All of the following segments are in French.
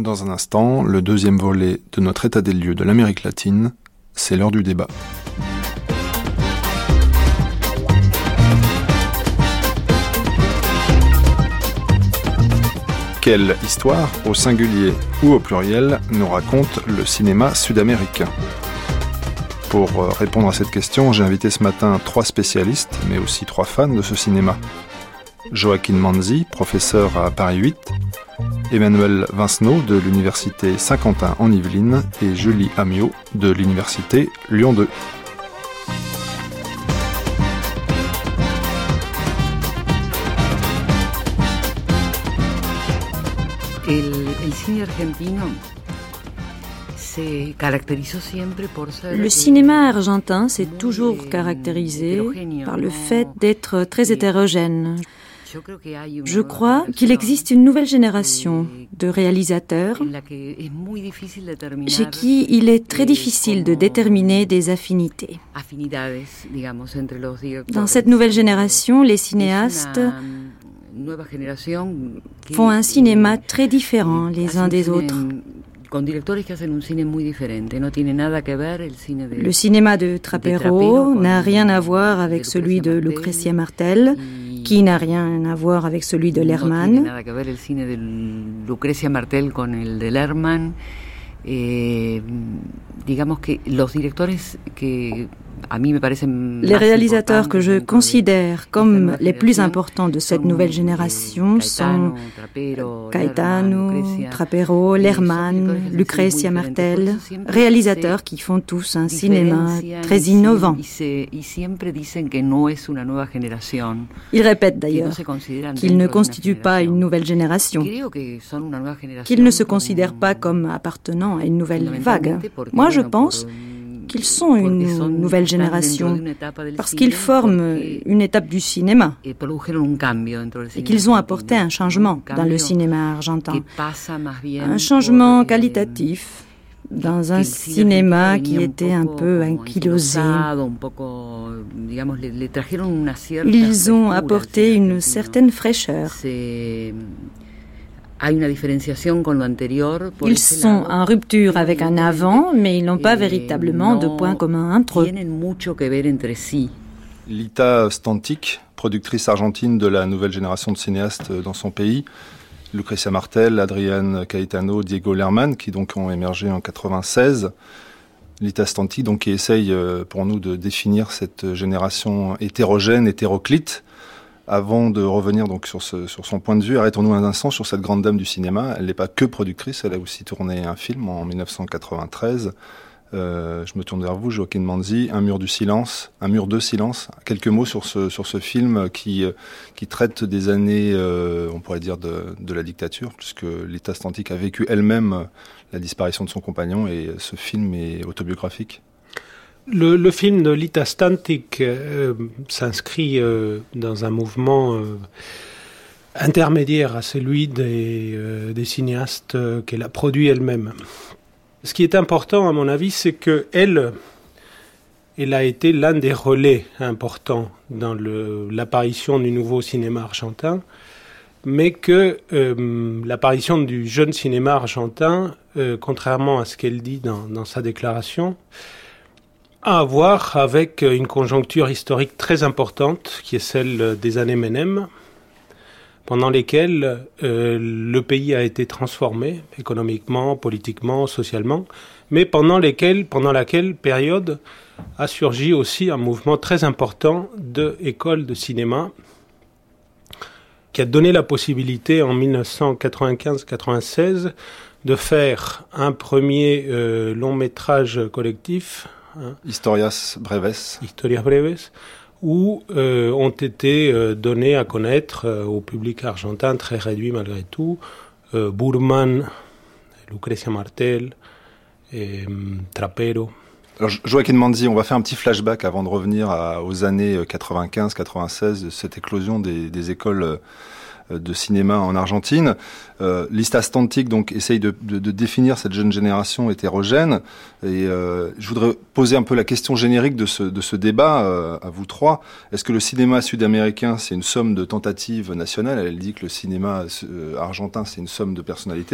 Dans un instant, le deuxième volet de notre état des lieux de l'Amérique latine, c'est l'heure du débat. Quelle histoire, au singulier ou au pluriel, nous raconte le cinéma sud-américain ? Pour répondre à cette question, j'ai invité ce matin 3 spécialistes, mais aussi 3 fans de ce cinéma. Joaquin Manzi, professeur à Paris 8, Emmanuel Vincenot de l'Université Saint-Quentin en Yvelines et Julie Amiot de l'Université Lyon 2. Le cinéma argentin s'est toujours caractérisé par le fait d'être très hétérogène. Je crois qu'il existe une nouvelle génération de réalisateurs chez qui il est très difficile de déterminer des affinités. Dans cette nouvelle génération, les cinéastes font un cinéma très différent les uns des autres. Le cinéma de Trapero n'a rien à voir avec celui de Lucrecia Martel, qui n'a rien à voir avec celui de Lerman. Les réalisateurs que je considère comme les plus importants de cette nouvelle génération sont Caetano, Trapero, Lerman, Lucrecia Martel, réalisateurs qui font tous un cinéma très innovant. Ils répètent d'ailleurs qu'ils ne constituent pas une nouvelle génération, qu'ils ne se considèrent pas comme appartenant à une nouvelle vague. Moi, je pense qu'ils sont une nouvelle génération parce qu'ils forment une étape du cinéma et qu'ils ont apporté un changement dans le cinéma argentin, un changement qualitatif dans un cinéma qui était un peu ankylosé. Ils ont apporté une certaine fraîcheur. Ils sont en rupture avec un avant, mais ils n'ont pas véritablement de points communs entre eux. Lita Stantic, productrice argentine de la nouvelle génération de cinéastes dans son pays, Lucrecia Martel, Adrián Caetano, Diego Lerman, qui donc ont émergé en 1996. Lita Stantic, donc, qui essaye pour nous de définir cette génération hétérogène, hétéroclite. Avant de revenir donc sur son point de vue, arrêtons-nous un instant sur cette grande dame du cinéma. Elle n'est pas que productrice, elle a aussi tourné un film en 1993. Je me tourne vers vous, Joaquin Manzi, Un mur de silence. Quelques mots sur ce film qui traite des années, on pourrait dire, de la dictature, puisque Lita Stantic a vécu elle-même la disparition de son compagnon et ce film est autobiographique. Le film de Lita Stantic s'inscrit dans un mouvement intermédiaire à celui des cinéastes qu'elle a produits elle-même. Ce qui est important, à mon avis, c'est qu'elle a été l'un des relais importants dans l'apparition du nouveau cinéma argentin, mais que l'apparition du jeune cinéma argentin, contrairement à ce qu'elle dit dans sa déclaration, a à voir avec une conjoncture historique très importante, qui est celle des années Menem, pendant lesquelles le pays a été transformé économiquement, politiquement, socialement, mais pendant laquelle période a surgi aussi un mouvement très important d'écoles de cinéma qui a donné la possibilité en 1995-96 de faire un premier long métrage collectif, Historias Breves, où ont été donnés à connaître au public argentin, très réduit malgré tout, Burman, Lucrecia Martel, et Trapero. Alors, Joaquin Manzi, on va faire un petit flashback avant de revenir aux années 95-96, cette éclosion des écoles de cinéma en Argentine. Lita Stantic donc essaye de définir cette jeune génération hétérogène et je voudrais poser un peu la question générique de ce débat à vous trois. Est-ce que le cinéma sud-américain c'est une somme de tentatives nationales ? Elle dit que le cinéma argentin c'est une somme de personnalités.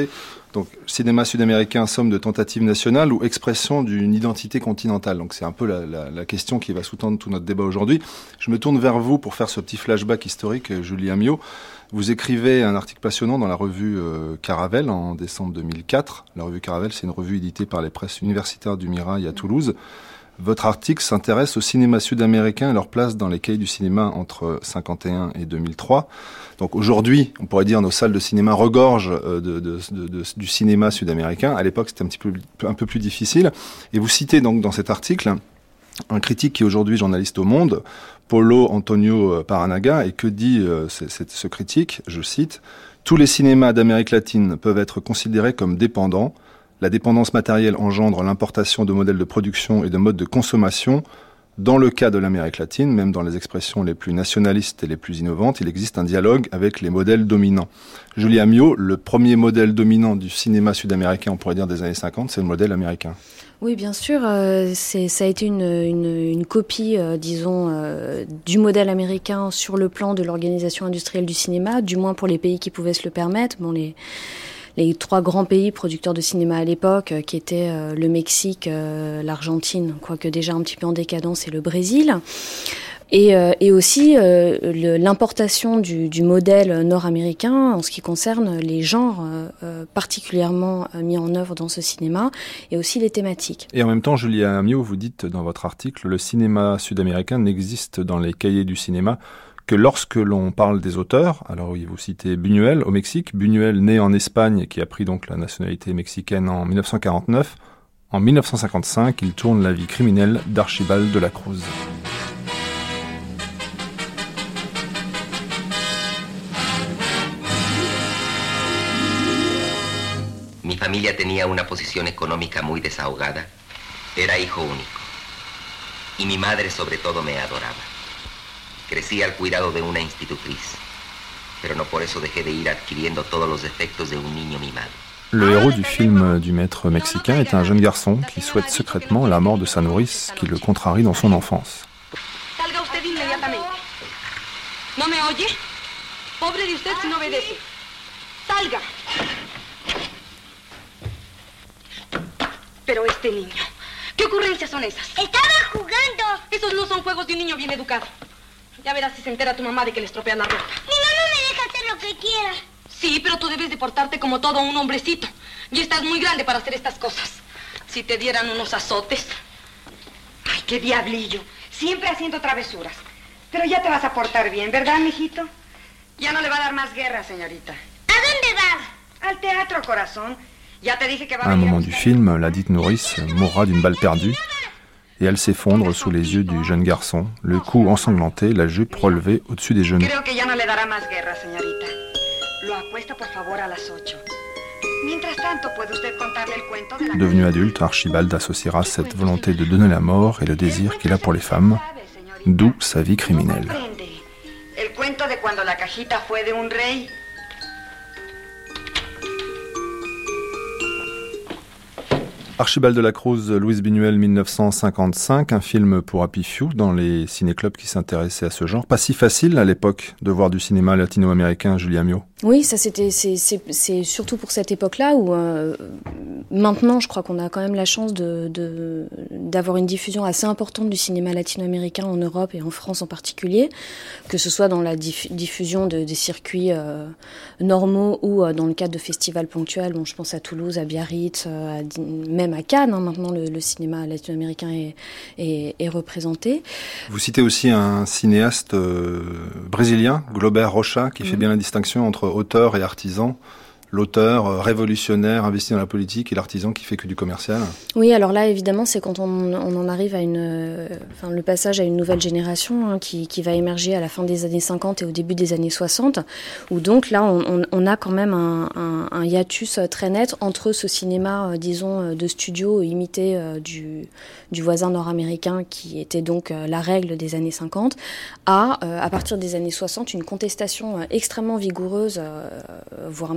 Donc, cinéma sud-américain, somme de tentatives nationales ou expression d'une identité continentale. Donc, c'est un peu la question qui va sous-tendre tout notre débat aujourd'hui. Je me tourne vers vous pour faire ce petit flashback historique, Julie Amiot. Vous écrivez un article passionnant dans la revue Caravelle en décembre 2004. La revue Caravelle, c'est une revue éditée par les presses universitaires du Mirail à Toulouse. Votre article s'intéresse au cinéma sud-américain et leur place dans les cahiers du cinéma entre 1951 et 2003. Donc aujourd'hui, on pourrait dire nos salles de cinéma regorgent du cinéma sud-américain. À l'époque, c'était un peu plus difficile. Et vous citez donc dans cet article un critique qui est aujourd'hui journaliste au Monde, Paulo Antonio Paranaga, et que dit ce critique, je cite, « Tous les cinémas d'Amérique latine peuvent être considérés comme dépendants. La dépendance matérielle engendre l'importation de modèles de production et de modes de consommation. Dans le cas de l'Amérique latine, même dans les expressions les plus nationalistes et les plus innovantes, il existe un dialogue avec les modèles dominants. » Julie Amiot, le premier modèle dominant du cinéma sud-américain, on pourrait dire des années 50, c'est le modèle américain. Oui, bien sûr, ça a été une copie, du modèle américain sur le plan de l'organisation industrielle du cinéma, du moins pour les pays qui pouvaient se le permettre. Bon, les trois grands pays producteurs de cinéma à l'époque, qui étaient le Mexique, l'Argentine, quoique déjà un petit peu en décadence, et le Brésil. Et aussi l'importation du modèle nord-américain en ce qui concerne les genres particulièrement mis en œuvre dans ce cinéma et aussi les thématiques. Et en même temps, Julie Amiot, vous dites dans votre article, le cinéma sud-américain n'existe dans les cahiers du cinéma que lorsque l'on parle des auteurs. Alors oui, vous citez Buñuel au Mexique. Buñuel, né en Espagne et qui a pris donc la nationalité mexicaine en 1949. En 1955, il tourne La vie criminelle d'Archibald de la Cruz. Mi familia tenía una posición económica muy desahogada. Era hijo único. Y mi madre sobre todo me adoraba. Crecí al cuidado de una institutriz. Pero no por eso dejé de ir adquiriendo todos los defectos de un niño mimado. Le héros du film du maître mexicain est un jeune garçon qui souhaite secrètement la mort de sa nourrice qui le contrarie dans son enfance. Salga usted inmediatamente. ¿No me oye? Pobre de usted si no obedece. Salga. Pero este niño, ¿qué ocurrencias son esas? ¡Estaba jugando! Esos no son juegos de un niño bien educado. Ya verás si se entera tu mamá de que le estropean la ropa. Mi mamá me deja hacer lo que quiera. Sí, pero tú debes de portarte como todo un hombrecito. Ya estás muy grande para hacer estas cosas. Si te dieran unos azotes. Ay, qué diablillo. Siempre haciendo travesuras. Pero ya te vas a portar bien, ¿verdad, mijito? Ya no le va a dar más guerra, señorita. ¿A dónde vas? Al teatro, corazón. À un moment du film, la dite nourrice mourra d'une balle perdue et elle s'effondre sous les yeux du jeune garçon, le cou ensanglanté, la jupe relevée au-dessus des genoux. Devenu adulte, Archibald associera cette volonté de donner la mort et le désir qu'il a pour les femmes, d'où sa vie criminelle. Archibald de la Cruz, Luis Buñuel, 1955, un film pour Happy Few dans les ciné-clubs qui s'intéressaient à ce genre. Pas si facile à l'époque de voir du cinéma latino-américain, Julie Amiot. Oui, ça c'est surtout pour cette époque-là où maintenant je crois qu'on a quand même la chance d'avoir une diffusion assez importante du cinéma latino-américain en Europe et en France en particulier, que ce soit dans la diffusion des circuits normaux ou dans le cadre de festivals ponctuels. Bon, je pense à Toulouse, à Biarritz, même à Cannes. Maintenant, le cinéma latino-américain est représenté. Vous citez aussi un cinéaste brésilien, Glauber Rocha, qui fait bien la distinction entre auteur et artisan. L'auteur révolutionnaire investi dans la politique et l'artisan qui fait que du commercial. Oui, alors là, évidemment, c'est quand on en arrive à le passage à une nouvelle génération qui va émerger à la fin des années 50 et au début des années 60, où donc là, on a quand même un hiatus très net entre ce cinéma, disons, de studio imité du voisin nord-américain qui était donc la règle des années 50, à partir des années 60, une contestation extrêmement vigoureuse, voire même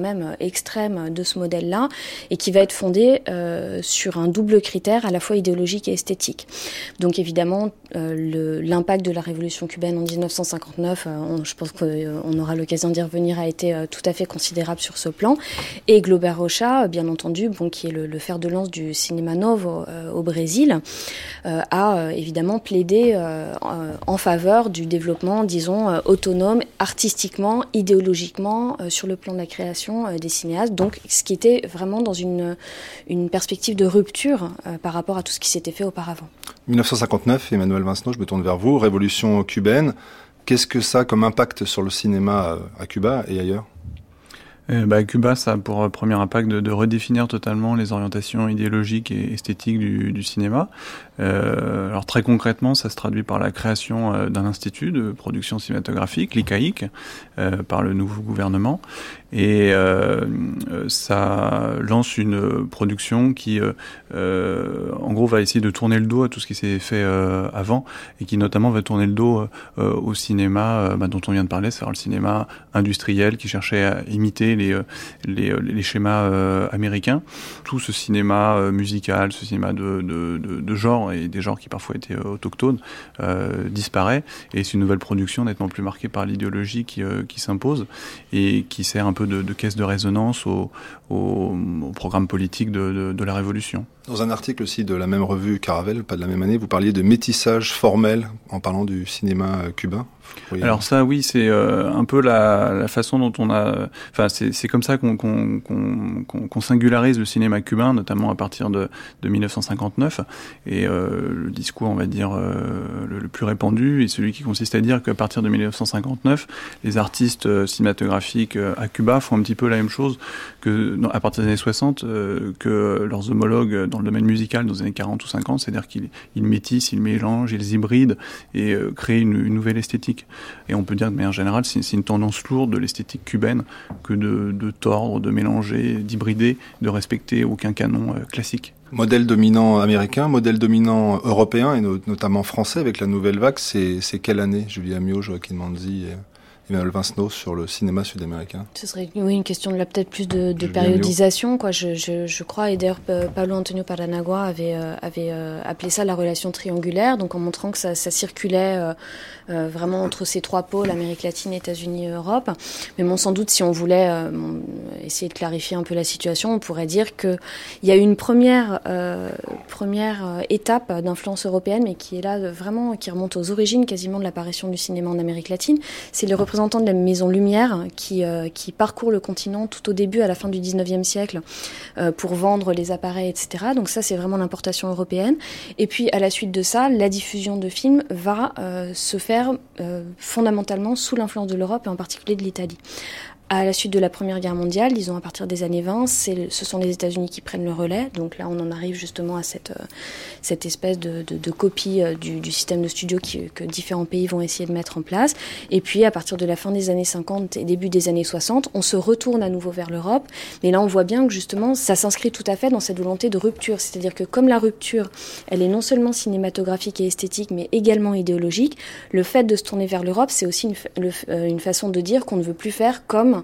extrême de ce modèle-là et qui va être fondé sur un double critère à la fois idéologique et esthétique. Donc évidemment, l'impact de la révolution cubaine en 1959, je pense qu'on aura l'occasion d'y revenir, a été tout à fait considérable sur ce plan. Et Glauber Rocha, bien entendu, qui est le fer de lance du cinéma novo au Brésil, a évidemment plaidé en faveur du développement, disons, autonome, artistiquement, idéologiquement, sur le plan de la création des cinéastes. Donc, ce qui était vraiment dans une perspective de rupture par rapport à tout ce qui s'était fait auparavant. 1959, Emmanuel Vincenot, je me tourne vers vous, révolution cubaine. Qu'est-ce que ça a comme impact sur le cinéma à Cuba et ailleurs ? Cuba, ça a pour premier impact de redéfinir totalement les orientations idéologiques et esthétiques du cinéma. Alors très concrètement, ça se traduit par la création d'un institut de production cinématographique, l'ICAIC, par le nouveau gouvernement. Et ça lance une production qui, en gros, va essayer de tourner le dos à tout ce qui s'est fait avant, et qui notamment va tourner le dos au cinéma dont on vient de parler, c'est-à-dire le cinéma industriel qui cherchait à imiter les schémas américains. Tout ce cinéma musical, ce cinéma de genre, et des genres qui parfois étaient autochtones, disparaît, et c'est une nouvelle production nettement plus marquée par l'idéologie qui s'impose, et qui sert un peu de caisse de résonance au programme politique de la Révolution. Dans un article aussi de la même revue Caravel, pas de la même année, vous parliez de métissage formel en parlant du cinéma cubain. Alors ça, oui, c'est un peu la façon dont on a... Enfin, c'est comme ça qu'on singularise le cinéma cubain, notamment à partir de 1959. Et le discours, on va dire, le plus répandu est celui qui consiste à dire qu'à partir de 1959, les artistes cinématographiques à Cuba font un petit peu la même chose à partir des années 60 que leurs homologues dans le domaine musical dans les années 40 ou 50, c'est-à-dire qu'ils métissent, ils mélangent, ils hybrident et créent une nouvelle esthétique. Et on peut dire de manière générale, c'est une tendance lourde de l'esthétique cubaine que de tordre, de mélanger, d'hybrider, de respecter aucun canon classique. Modèle dominant américain, modèle dominant européen et notamment français avec la nouvelle vague, c'est quelle année, Julie Amiot, Joaquin Manzi et Emmanuel Vincenot sur le cinéma sud-américain? Ce serait une question de peut-être plus de périodisation, quoi. Je crois, et d'ailleurs Pablo Antonio Paranagua avait appelé ça la relation triangulaire, donc en montrant que ça circulait vraiment entre ces trois pôles, Amérique latine, États-Unis et Europe. Mais bon, sans doute, si on voulait essayer de clarifier un peu la situation, on pourrait dire qu'il y a eu une première étape d'influence européenne, mais qui est là vraiment, qui remonte aux origines quasiment de l'apparition du cinéma en Amérique latine. C'est les représentants de la Maison Lumière qui parcourent le continent tout au début, à la fin du 19e siècle, pour vendre les appareils, etc. Donc ça, c'est vraiment l'importation européenne. Et puis, à la suite de ça, la diffusion de films va se faire fondamentalement sous l'influence de l'Europe et en particulier de l'Italie. À la suite de la Première Guerre mondiale, disons à partir des années 20, ce sont les États-Unis qui prennent le relais. Donc là, on en arrive justement à cette espèce de copie du système de studio que différents pays vont essayer de mettre en place. Et puis, à partir de la fin des années 50 et début des années 60, on se retourne à nouveau vers l'Europe. Mais là, on voit bien que justement, ça s'inscrit tout à fait dans cette volonté de rupture. C'est-à-dire que comme la rupture, elle est non seulement cinématographique et esthétique, mais également idéologique, le fait de se tourner vers l'Europe, c'est aussi une façon de dire qu'on ne veut plus faire comme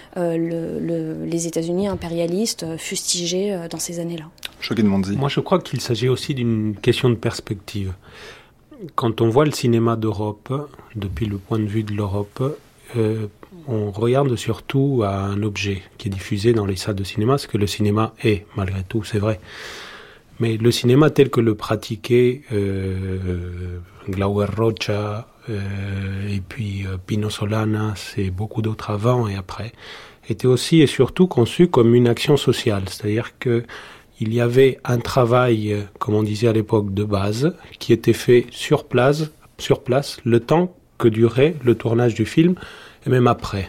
les États-Unis impérialistes fustigés dans ces années-là. Moi, je crois qu'il s'agit aussi d'une question de perspective. Quand on voit le cinéma d'Europe, depuis le point de vue de l'Europe, on regarde surtout à un objet qui est diffusé dans les salles de cinéma, ce que le cinéma est, malgré tout, c'est vrai. Mais le cinéma tel que le pratiquait Glauber Rocha, et puis Pino Solanas et beaucoup d'autres avant et après, était aussi et surtout conçu comme une action sociale. C'est-à-dire que il y avait un travail, comme on disait à l'époque, de base, qui était fait sur place, le temps que durait le tournage du film, et même après.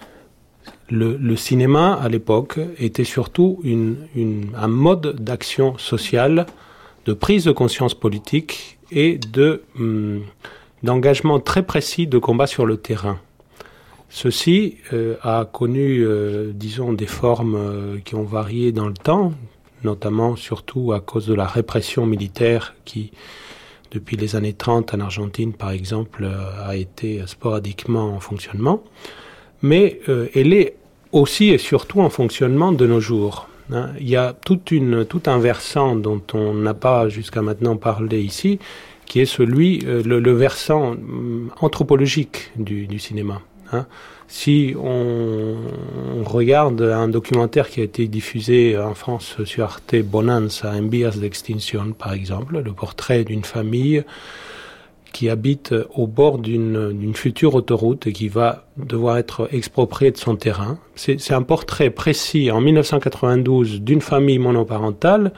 Le cinéma, à l'époque, était surtout un mode d'action sociale, de prise de conscience politique et d'engagement très précis de combat sur le terrain. Ceci a connu, disons, des formes qui ont varié dans le temps, notamment surtout à cause de la répression militaire qui, depuis les années 30 en Argentine, par exemple, a été sporadiquement en fonctionnement. Mais elle est aussi et surtout en fonctionnement de nos jours. Il y a tout un versant dont on n'a pas jusqu'à maintenant parlé ici, qui est celui, le versant anthropologique du cinéma. Si on regarde un documentaire qui a été diffusé en France sur Arte, Bonanza, En vías de extinción, par exemple, le portrait d'une famille qui habite au bord d'une future autoroute et qui va devoir être expropriée de son terrain. C'est un portrait précis en 1992 d'une famille monoparentale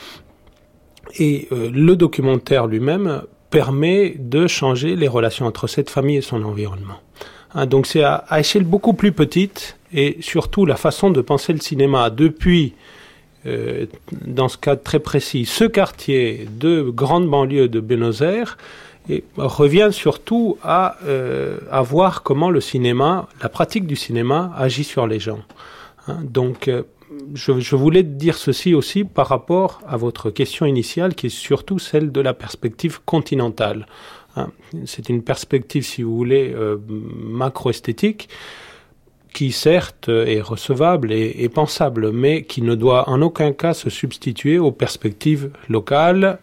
et le documentaire lui-même permet de changer les relations entre cette famille et son environnement. Donc c'est à échelle beaucoup plus petite et surtout la façon de penser le cinéma depuis, dans ce cas très précis, ce quartier de grande banlieue de Buenos Aires, et revient surtout à voir comment le cinéma, la pratique du cinéma agit sur les gens. Donc je voulais dire ceci aussi par rapport à votre question initiale qui est surtout celle de la perspective continentale. C'est une perspective, si vous voulez, macro-esthétique qui certes est recevable et pensable, mais qui ne doit en aucun cas se substituer aux perspectives locales,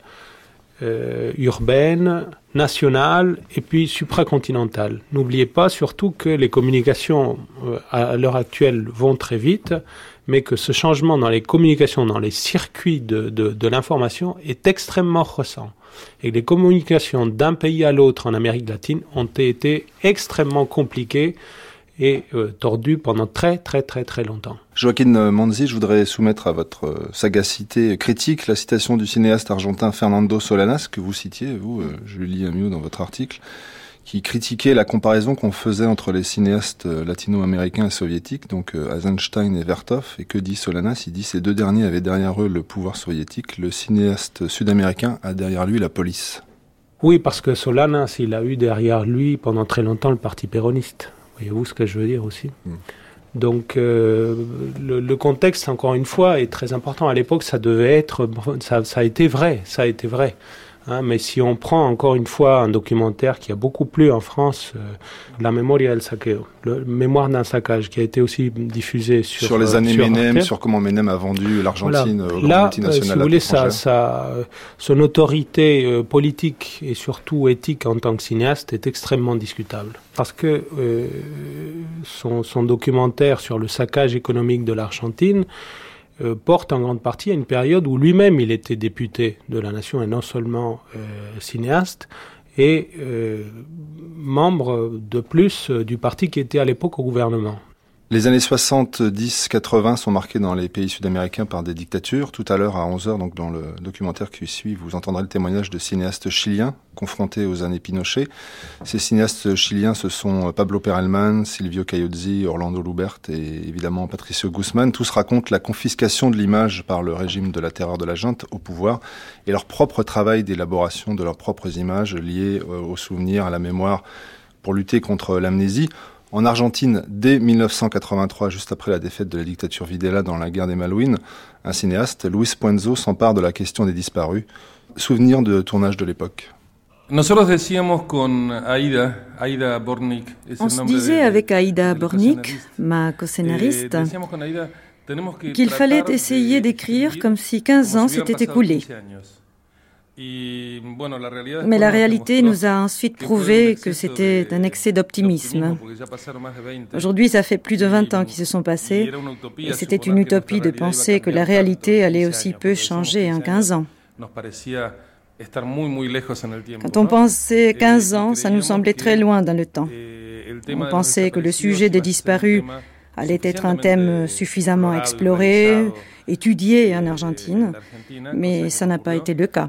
urbaines, nationales et puis supracontinentales. N'oubliez pas surtout que les communications à l'heure actuelle vont très vite, mais que ce changement dans les communications, dans les circuits de l'information est extrêmement récent. Et les communications d'un pays à l'autre en Amérique latine ont été extrêmement compliquées et tordues pendant très très très très longtemps. Joaquín Manzi, je voudrais soumettre à votre sagacité critique la citation du cinéaste argentin Fernando Solanas, que vous citiez, vous, Julie Amiot, dans votre article, qui critiquait la comparaison qu'on faisait entre les cinéastes latino-américains et soviétiques, donc Eisenstein et Vertov. Et que dit Solanas ? Il dit ces deux derniers avaient derrière eux le pouvoir soviétique, le cinéaste sud-américain a derrière lui la police. Oui, parce que Solanas, il a eu derrière lui pendant très longtemps le parti péroniste. Voyez-vous ce que je veux dire aussi ? Donc le contexte, encore une fois, est très important. À l'époque, ça devait être, ça a été vrai. Mais si on prend encore une fois un documentaire qui a beaucoup plu en France, La Memoria del Saqueo, le Mémoire d'un saccage, qui a été aussi diffusé sur les années Menem, sur comment Menem a vendu l'Argentine aux grandes multinationales. Si vous voulez, son autorité politique et surtout éthique en tant que cinéaste est extrêmement discutable. Parce que son documentaire sur le saccage économique de l'Argentine porte en grande partie à une période où lui-même il était député de la nation et non seulement cinéaste et membre de plus du parti qui était à l'époque au gouvernement. Les années 70-80 sont marquées dans les pays sud-américains par des dictatures. Tout à l'heure, à 11h, donc dans le documentaire qui suit, vous entendrez le témoignage de cinéastes chiliens confrontés aux années Pinochet. Ces cinéastes chiliens, ce sont Pablo Perelman, Silvio Caiozzi, Orlando Lubert et évidemment Patricio Guzmán. Tous racontent la confiscation de l'image par le régime de la terreur de la junte au pouvoir et leur propre travail d'élaboration de leurs propres images liées aux souvenirs, à la mémoire, pour lutter contre l'amnésie. En Argentine, dès 1983, juste après la défaite de la dictature Videla dans la guerre des Malouines, un cinéaste, Luis Puenzo, s'empare de la question des disparus. Souvenir de tournage de l'époque. On se disait avec Aida Bornik, ma co-scénariste, qu'il fallait essayer d'écrire comme si 15 ans s'étaient écoulés. Mais la réalité nous a ensuite prouvé que c'était un excès d'optimisme. Aujourd'hui, ça fait plus de 20 ans qui se sont passés et c'était une utopie de penser que la réalité allait aussi peu changer en 15 ans. Quand on pensait 15 ans, ça nous semblait très loin dans le temps. On pensait que le sujet des disparus allait être un thème suffisamment exploré, étudié en Argentine, mais ça n'a pas été le cas.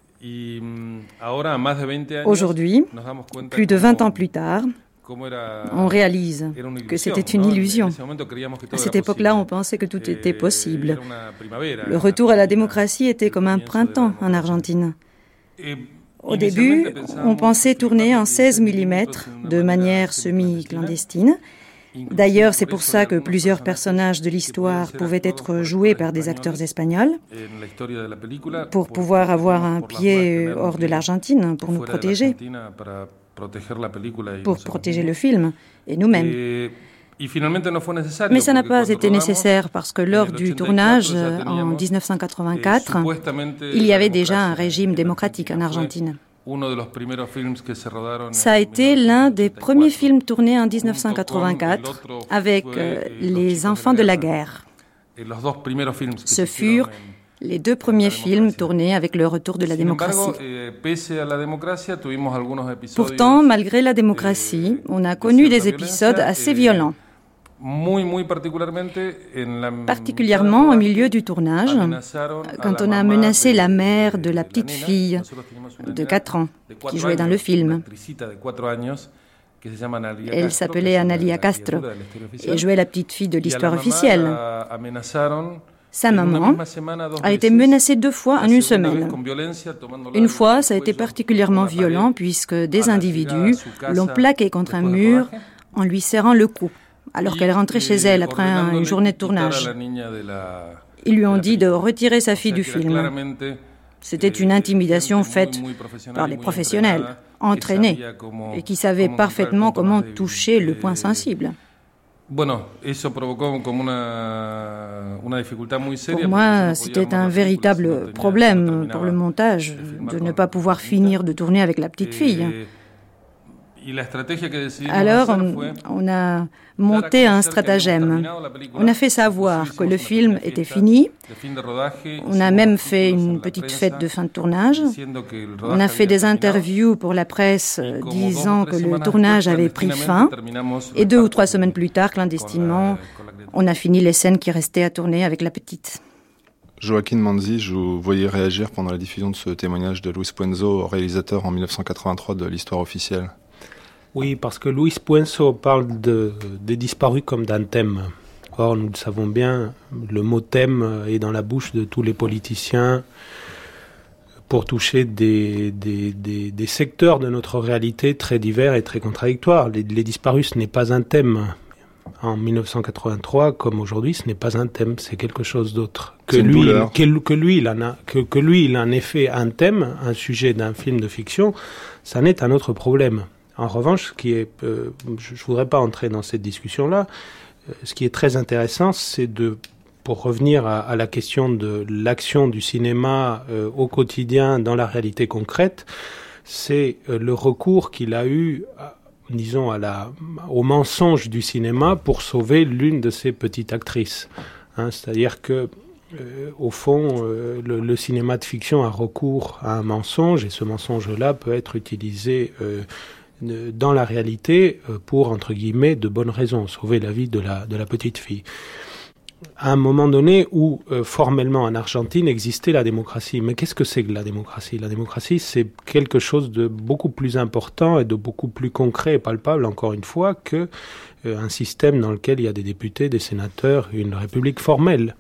Aujourd'hui, plus de 20 ans plus tard, on réalise que c'était une illusion. À cette époque-là, on pensait que tout était possible. Le retour à la démocratie était comme un printemps en Argentine. Au début, on pensait tourner en 16 mm de manière semi-clandestine. D'ailleurs, c'est pour ça que plusieurs personnages de l'histoire pouvaient être joués par des acteurs espagnols, pour pouvoir avoir un pied hors de l'Argentine, pour nous protéger, pour protéger le film et nous-mêmes. Mais ça n'a pas été nécessaire parce que lors du tournage, en 1984, il y avait déjà un régime démocratique en Argentine. Ça a été l'un des premiers films tournés en 1984 avec les enfants de la guerre. Ce furent les deux premiers films tournés avec le retour de la démocratie. Pourtant, malgré la démocratie, on a connu des épisodes assez violents. Particulièrement au milieu du tournage, quand on a menacé la mère de la petite fille de 4 ans qui jouait dans le film. Elle s'appelait Analia Castro et jouait la petite fille de l'histoire officielle. Sa maman a été menacée 2 fois en une semaine. Une fois, ça a été particulièrement violent puisque des individus l'ont plaquée contre un mur en lui serrant le cou, alors qu'elle rentrait chez elle après une journée de tournage. Ils lui ont dit de retirer sa fille du film. C'était une intimidation faite par les professionnels, entraînés, et qui savaient parfaitement comment toucher le point sensible. Pour moi, c'était un véritable problème pour le montage de ne pas pouvoir finir de tourner avec la petite fille. Alors, on a monté un stratagème. On a fait savoir que le film était fini. On a même fait une petite fête de fin de tournage. On a fait des interviews pour la presse disant que le tournage avait pris fin. Et 2 ou 3 semaines plus tard, clandestinement, on a fini les scènes qui restaient à tourner avec la petite. Joaquín Manzi, je vous voyais réagir pendant la diffusion de ce témoignage de Luis Puenzo, réalisateur en 1983 de l'histoire officielle. Oui, parce que Luis Puenzo parle des disparus comme d'un thème. Or, nous le savons bien, le mot thème est dans la bouche de tous les politiciens pour toucher des secteurs de notre réalité très divers et très contradictoires. Les disparus, ce n'est pas un thème. En 1983, comme aujourd'hui, ce n'est pas un thème, c'est quelque chose d'autre. Que lui, il en ait fait un thème, un sujet d'un film de fiction, ça n'est un autre problème. En revanche, je ne voudrais pas entrer dans cette discussion-là. Ce qui est très intéressant, c'est pour revenir à la question de l'action du cinéma au quotidien dans la réalité concrète, c'est le recours qu'il a eu, disons, au mensonge du cinéma pour sauver l'une de ses petites actrices. C'est-à-dire que au fond, le cinéma de fiction a recours à un mensonge, et ce mensonge-là peut être utilisé dans la réalité pour, entre guillemets, de bonnes raisons, sauver la vie de la petite fille. À un moment donné où, formellement, en Argentine, existait la démocratie. Mais qu'est-ce que c'est que la démocratie ? La démocratie, c'est quelque chose de beaucoup plus important et de beaucoup plus concret et palpable, encore une fois, que un système dans lequel il y a des députés, des sénateurs, une république formelle.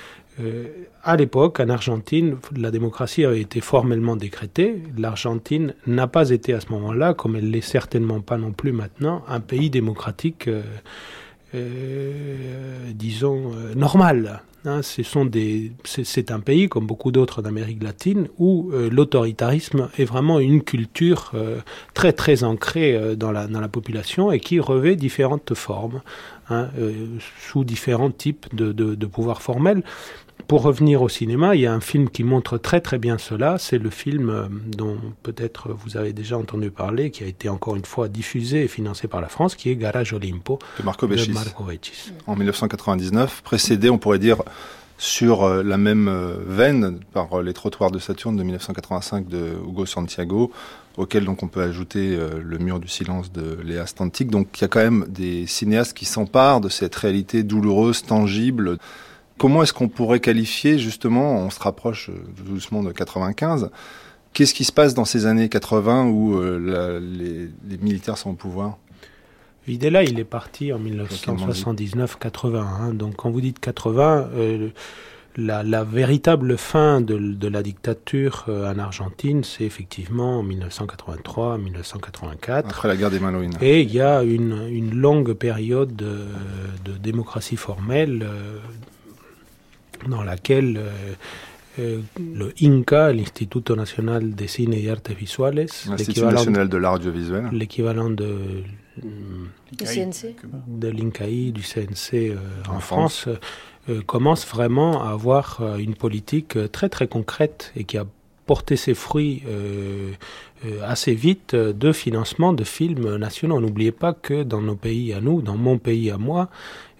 À l'époque, en Argentine, la démocratie avait été formellement décrétée. L'Argentine n'a pas été à ce moment-là, comme elle l'est certainement pas non plus maintenant, un pays démocratique, disons, normal. C'est un pays, comme beaucoup d'autres d'Amérique latine, où l'autoritarisme est vraiment une culture très très ancrée dans la population et qui revêt différentes formes, sous différents types de pouvoirs formels. Pour revenir au cinéma, il y a un film qui montre très très bien cela, c'est le film dont peut-être vous avez déjà entendu parler, qui a été encore une fois diffusé et financé par la France, qui est Garage Olimpo de Marco Beccis. En 1999, précédé, on pourrait dire, sur la même veine par Les Trottoirs de Saturne de 1985 de Hugo Santiago, auquel donc on peut ajouter Le Mur du Silence de Léa Stantic. Donc il y a quand même des cinéastes qui s'emparent de cette réalité douloureuse, tangible. Comment est-ce qu'on pourrait qualifier, justement, on se rapproche doucement de 95, qu'est-ce qui se passe dans ces années 80 où les militaires sont au pouvoir ? Videla, il est parti en 1979-80. Donc quand vous dites 80, la véritable fin de la dictature en Argentine, c'est effectivement en 1983-1984. Après la guerre des Malvinas. Et il y a une longue période de démocratie formelle dans laquelle le INCA, l'Instituto Nacional de Cine y Artes Visuales, l'Institut national de l'art audiovisuel, l'équivalent de CNC, de l'INCAI, du CNC en France, commence vraiment à avoir une politique très très concrète et qui a porté ses fruits assez vite de financement de films nationaux. N'oubliez pas que dans nos pays à nous, dans mon pays à moi,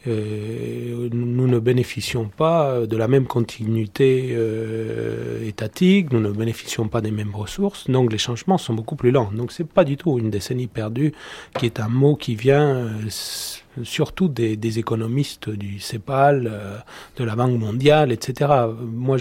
nous ne bénéficions pas de la même continuité étatique, nous ne bénéficions pas des mêmes ressources, donc les changements sont beaucoup plus lents. Donc c'est pas du tout une décennie perdue, qui est un mot qui vient surtout des économistes du CEPAL, de la Banque mondiale, etc. Moi,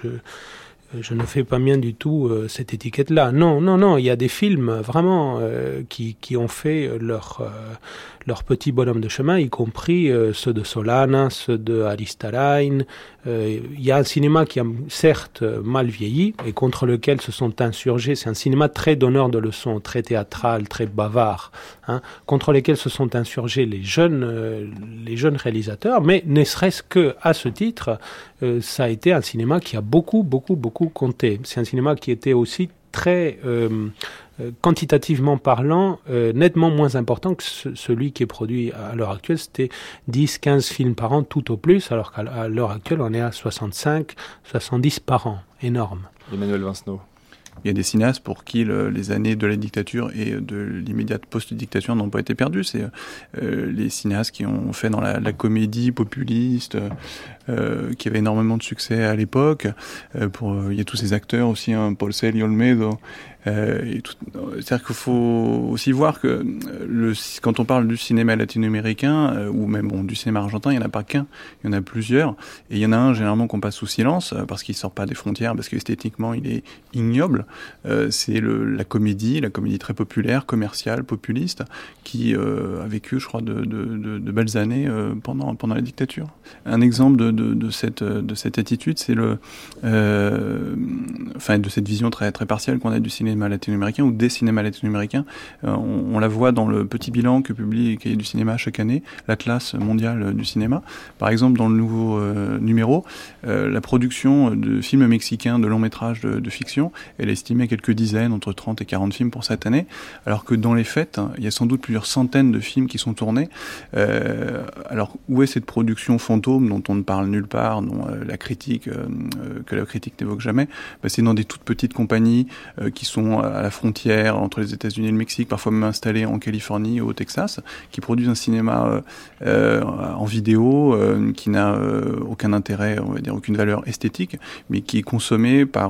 je ne fais pas bien du tout cette étiquette-là. Non, il y a des films vraiment qui ont fait leur petit bonhomme de chemin, y compris ceux de Solana, ceux de Aristarain. Il y a un cinéma qui a certes mal vieilli et contre lequel se sont insurgés. C'est un cinéma très donneur de leçons, très théâtral, très bavard, contre lesquels se sont insurgés les jeunes réalisateurs. Mais ne serait-ce que à ce titre, ça a été un cinéma qui a beaucoup compté. C'est un cinéma qui était aussi très quantitativement parlant, nettement moins important que celui qui est produit à l'heure actuelle. C'était 10-15 films par an tout au plus, alors qu'à l'heure actuelle, on est à 65-70 par an. Énorme. Emmanuel Vincenot. Il y a des cinéastes pour qui les années de la dictature et de l'immédiate post-dictature n'ont pas été perdues. C'est les cinéastes qui ont fait dans la comédie populiste, qui avait énormément de succès à l'époque. Il y a tous ces acteurs aussi, Paul Cel, Olmedo. C'est-à-dire qu'il faut aussi voir que quand on parle du cinéma latino-américain ou même du cinéma argentin, il n'y en a pas qu'un, il y en a plusieurs. Et il y en a un généralement qu'on passe sous silence parce qu'il ne sort pas des frontières, parce qu'esthétiquement il est ignoble. C'est la comédie très populaire, commerciale, populiste, qui a vécu, je crois, de belles années pendant la dictature. Un exemple de cette attitude, c'est de cette vision très très partielle qu'on a du cinéma latino-américain ou des cinémas latino-américains. On la voit dans le petit bilan que publie le Cahier du cinéma chaque année, l'Atlas mondial du cinéma. Par exemple, dans le nouveau numéro, la production de films mexicains de longs métrages de fiction, elle est estimée à quelques dizaines, entre 30 et 40 films pour cette année, alors que dans les faits, il y a sans doute plusieurs centaines de films qui sont tournés. Alors, où est cette production fantôme dont on ne parle nulle part, dont que la critique n'évoque jamais? C'est dans des toutes petites compagnies qui sont à la frontière entre les États-Unis et le Mexique, parfois même installés en Californie ou au Texas, qui produisent un cinéma en vidéo qui n'a aucun intérêt, on va dire aucune valeur esthétique, mais qui est consommé par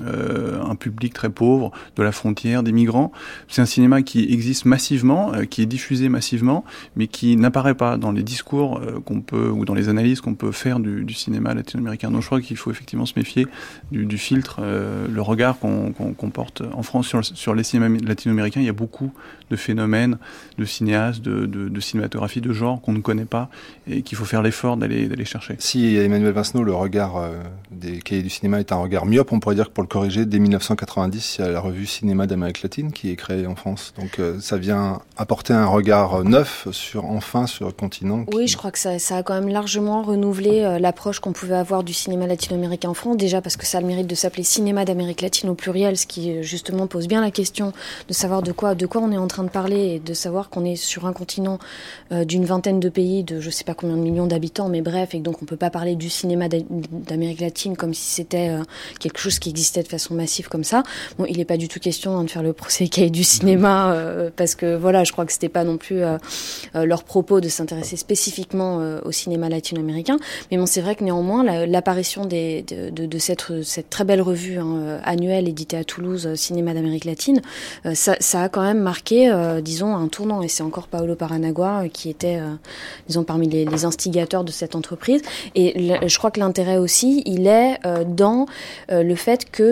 un public très pauvre de la frontière, des migrants. C'est un cinéma qui existe massivement, qui est diffusé massivement, mais qui n'apparaît pas dans les discours qu'on peut ou dans les analyses qu'on peut faire du cinéma latino-américain. Donc je crois qu'il faut effectivement se méfier du filtre, le regard qu'on porte en France sur les cinémas latino-américains. Il y a beaucoup de phénomènes, de cinéastes, de cinématographie de genre qu'on ne connaît pas et qu'il faut faire l'effort d'aller chercher. Si Emmanuel Vincenot, le regard des cahiers du cinéma est un regard myope, on pourrait dire que pour le corriger, dès 1990, il y a la revue Cinéma d'Amérique latine qui est créée en France. Donc ça vient apporter un regard neuf sur le continent. Oui, je crois que ça a quand même largement renouvelé l'approche qu'on pouvait avoir du cinéma latino-américain en France, déjà parce que ça a le mérite de s'appeler Cinéma d'Amérique latine au pluriel, ce qui justement pose bien la question de savoir de quoi on est en train de parler et de savoir qu'on est sur un continent d'une vingtaine de pays, de je sais pas combien de millions d'habitants, mais bref, et que donc on peut pas parler du cinéma d'Amérique latine comme si c'était quelque chose qui existait de façon massive comme ça. Bon, il n'est pas du tout question de faire le procès cahier du cinéma parce que voilà, je crois que c'était pas non plus leur propos de s'intéresser spécifiquement au cinéma latino-américain, mais bon, c'est vrai que néanmoins l'apparition de cette très belle revue annuelle éditée à Toulouse, Cinéma d'Amérique latine, ça a quand même marqué, disons, un tournant, et c'est encore Paolo Paranagua qui était, disons, parmi les instigateurs de cette entreprise. Et je crois que l'intérêt aussi, il est dans le fait que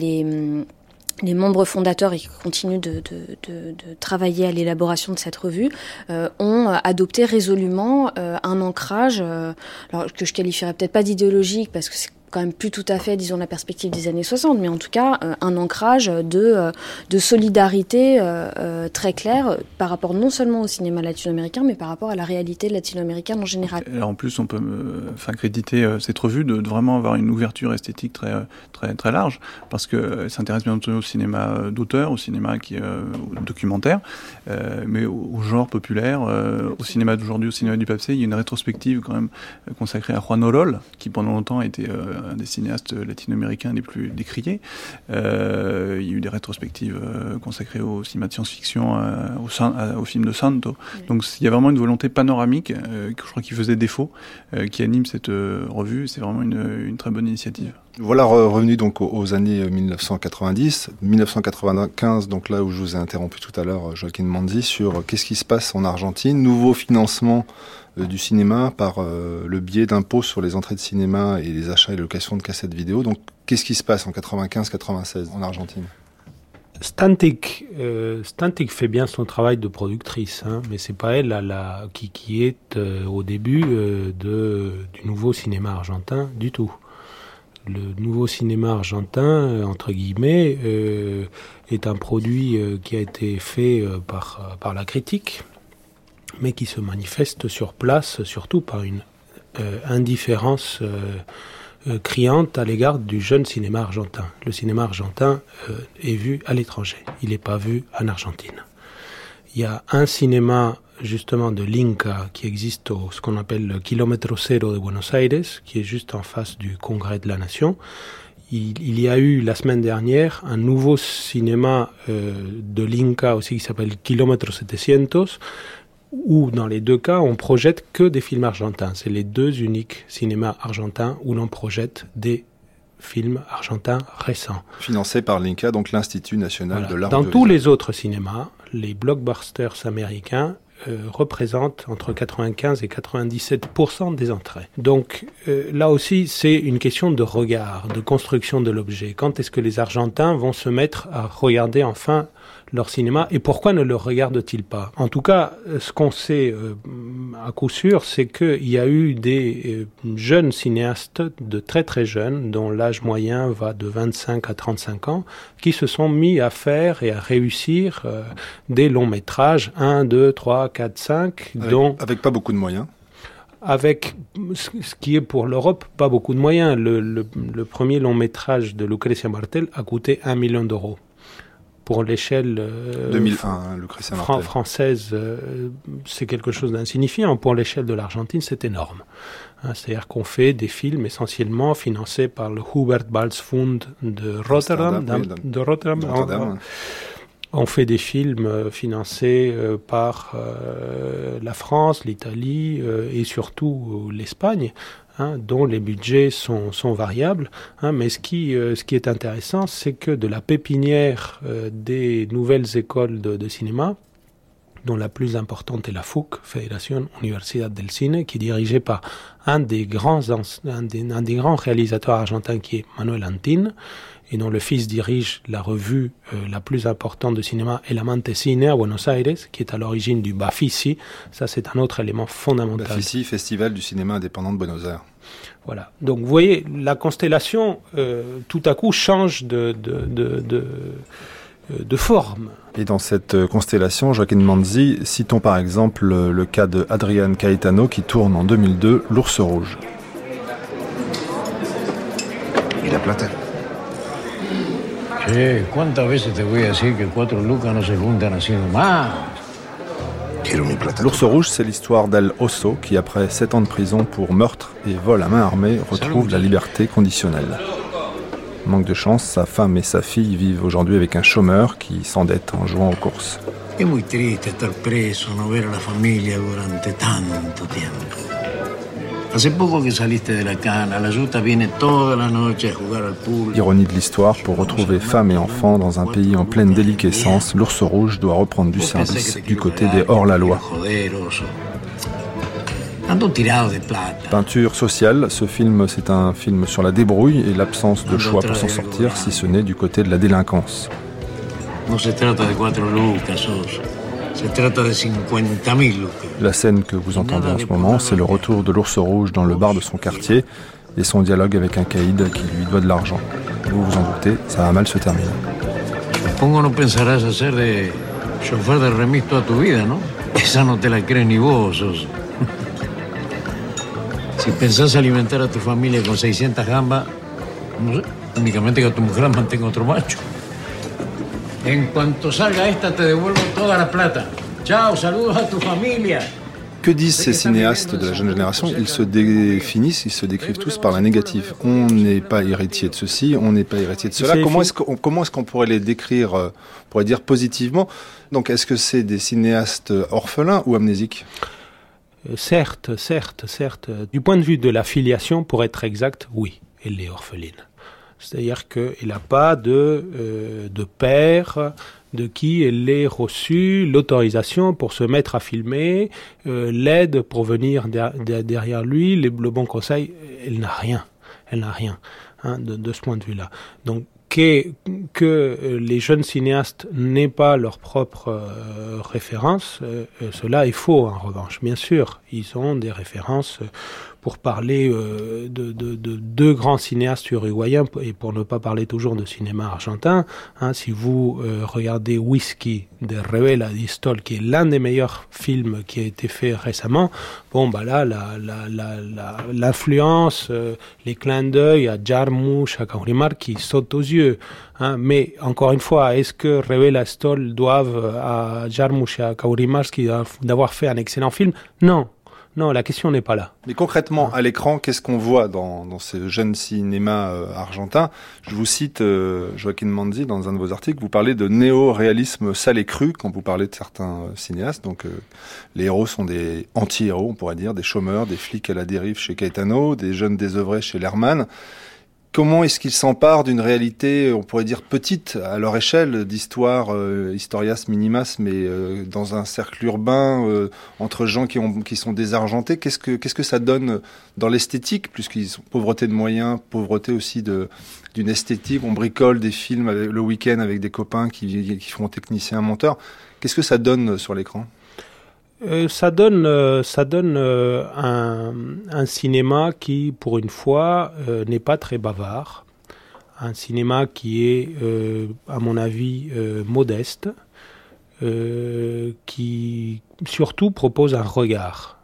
les membres fondateurs et qui continuent de travailler à l'élaboration de cette revue ont adopté résolument un ancrage, alors que je qualifierais peut-être pas d'idéologique parce que c'est quand même plus tout à fait, disons, la perspective des années 60, mais en tout cas, un ancrage de solidarité très clair par rapport non seulement au cinéma latino-américain, mais par rapport à la réalité latino-américaine en général. Alors en plus, on peut créditer cette revue de vraiment avoir une ouverture esthétique très, très, très large, parce qu'elle s'intéresse bien entendu au cinéma d'auteur, au cinéma qui est documentaire, mais au genre populaire, au cinéma d'aujourd'hui, au cinéma du papier. Il y a une rétrospective quand même consacrée à Juan Orol, qui pendant longtemps a été un des cinéastes latino-américains les plus décriés. Il y a eu des rétrospectives consacrées au cinéma de science-fiction, au film de Santo. Donc il y a vraiment une volonté panoramique, que je crois qui faisait défaut, qui anime cette revue. C'est vraiment une très bonne initiative. Voilà, revenu donc aux années 1990, 1995, donc là où je vous ai interrompu tout à l'heure, Joaquin Manzi, sur qu'est-ce qui se passe en Argentine, nouveau financement du cinéma par le biais d'impôts sur les entrées de cinéma et les achats et locations de cassettes vidéo. Donc qu'est-ce qui se passe en 95-96 en Argentine ? Stantic fait bien son travail de productrice, mais c'est pas elle qui est au début du nouveau cinéma argentin du tout. Le nouveau cinéma argentin, entre guillemets, est un produit qui a été fait par la critique, mais qui se manifeste sur place surtout par une indifférence criante à l'égard du jeune cinéma argentin. Le cinéma argentin est vu à l'étranger, il n'est pas vu en Argentine. Il y a un cinéma justement de l'Inca qui existe ce qu'on appelle le Kilómetro Cero de Buenos Aires, qui est juste en face du Congrès de la Nation. Il y a eu la semaine dernière un nouveau cinéma de l'Inca aussi qui s'appelle Kilómetro 700, où dans les deux cas on projette que des films argentins. C'est les deux uniques cinémas argentins où l'on projette des films argentins récents. Financé par l'INCA, donc l'Institut National de l'Art. Dans tous les autres cinémas, les blockbusters américains représentent entre 95 et 97% des entrées. Donc là aussi, c'est une question de regard, de construction de l'objet. Quand est-ce que les Argentins vont se mettre à regarder enfin leur cinéma et pourquoi ne le regardent-ils pas ? En tout cas, ce qu'on sait à coup sûr, c'est qu'il y a eu des jeunes cinéastes de très très jeunes, dont l'âge moyen va de 25 à 35 ans, qui se sont mis à faire et à réussir des longs métrages, 1, 2, 3, 4, 5, avec pas beaucoup de moyens. Avec ce qui est pour l'Europe pas beaucoup de moyens. Le premier long métrage de Lucrecia Martel a coûté 1 million d'euros. Pour l'échelle 2001, Lucrecia Martel. Française, c'est quelque chose d'insignifiant. Pour l'échelle de l'Argentine, c'est énorme. C'est-à-dire qu'on fait des films essentiellement financés par le Hubert Balz-Fund de Rotterdam. On fait des films financés par la France, l'Italie et surtout l'Espagne, dont les budgets sont variables. Mais ce qui est intéressant, c'est que de la pépinière des nouvelles écoles de cinéma, dont la plus importante est la FUC, Fédération Universidad del Cine, qui est dirigée par un des grands réalisateurs argentins qui est Manuel Antin, et dont le fils dirige la revue la plus importante de cinéma, El Amante Cine, à Buenos Aires, qui est à l'origine du Bafisi. Ça, c'est un autre élément fondamental. Bafisi, Festival du cinéma indépendant de Buenos Aires. Voilà. Donc, vous voyez, la constellation, tout à coup, change de forme. Et dans cette constellation, Joaquin Manzi, citons par exemple le cas de Adrián Caetano qui tourne en 2002 L'Ours Rouge. ¿Y la plata? Che, ¿cuántas veces te voy a decir que 4 lucas no se juntan haciendo más? L'Ours Rouge, c'est l'histoire d'El Osso qui, après 7 ans de prison pour meurtre et vol à main armée, retrouve la liberté conditionnelle. Manque de chance, sa femme et sa fille vivent aujourd'hui avec un chômeur qui s'endette en jouant aux courses. Es muy triste estar preso, no ver a la familia durante tanto tiempo. Hace poco que saliste de la cana, la yuta viene toda la noche a jugar al pool. Ironie de l'histoire, pour retrouver femme et enfants dans un pays en pleine déliquescence, l'Ours Rouge doit reprendre du service du côté des hors-la-loi. Peinture sociale, ce film, c'est un film sur la débrouille et l'absence de choix pour s'en sortir, si ce n'est du côté de la délinquance. La scène que vous entendez en ce moment, c'est le retour de l'Ours Rouge dans le bar de son quartier. et son dialogue avec un caïd qui lui doit de l'argent. Vous vous en doutez, ça va mal se terminer. Supongo no pensarás hacer de chofer de remis toda tu vida, ¿no? Esa no te la crees ni vos, Sos. Si pensás alimentar a tu familia con 600 gambas, no sé, únicamente que tu mujer mantenga otro macho. En cuanto salga esta, te devuelvo toda la plata. Chao, saludos a tu familia. Que disent ces cinéastes de la jeune génération? Ils se définissent, ils se décrivent tous par la négative. On n'est pas héritier de ceci, on n'est pas héritier de cela. Comment est-ce qu'on pourrait les décrire, on pourrait dire positivement? Donc est-ce que c'est des cinéastes orphelins ou amnésiques? Certes. Du point de vue de la filiation, pour être exact, oui, elle est orpheline. C'est-à-dire qu'elle n'a pas de père de qui elle ait reçu l'autorisation pour se mettre à filmer, l'aide pour venir derrière lui, le bon conseil. Elle n'a rien de ce point de vue-là. Donc que les jeunes cinéastes n'aient pas leur propre référence, cela est faux en revanche. Bien sûr, ils ont des références. Pour parler de deux grands cinéastes uruguayens, et pour ne pas parler toujours de cinéma argentin, si vous regardez Whisky de Revela Distol, qui est l'un des meilleurs films qui a été fait récemment, là, l'influence, les clins d'œil à Jarmusch, à Kaurimar qui sautent aux yeux. Mais encore une fois, est-ce que Revela Distol doivent à Jarmusch et à Kaurimar d'avoir fait un excellent film? Non, la question n'est pas là. Mais concrètement, à l'écran, qu'est-ce qu'on voit dans ce jeune cinéma argentin? Je vous cite Joaquin Manzi dans un de vos articles. Vous parlez de néo-réalisme sale et cru quand vous parlez de certains cinéastes. Donc, les héros sont des anti-héros, on pourrait dire, des chômeurs, des flics à la dérive chez Caetano, des jeunes désœuvrés chez Lerman. Comment est-ce qu'ils s'emparent d'une réalité, on pourrait dire petite à leur échelle, d'histoire, historias minimas, mais dans un cercle urbain, entre gens qui sont désargentés? Qu'est-ce que ça donne dans l'esthétique, puisqu'ils sont pauvreté de moyens, pauvreté aussi d'une esthétique? On bricole des films le week-end avec des copains qui font technicien, monteur. Qu'est-ce que ça donne sur l'écran? Ça donne un cinéma qui, pour une fois, n'est pas très bavard. Un cinéma qui est, à mon avis, modeste, qui surtout propose un regard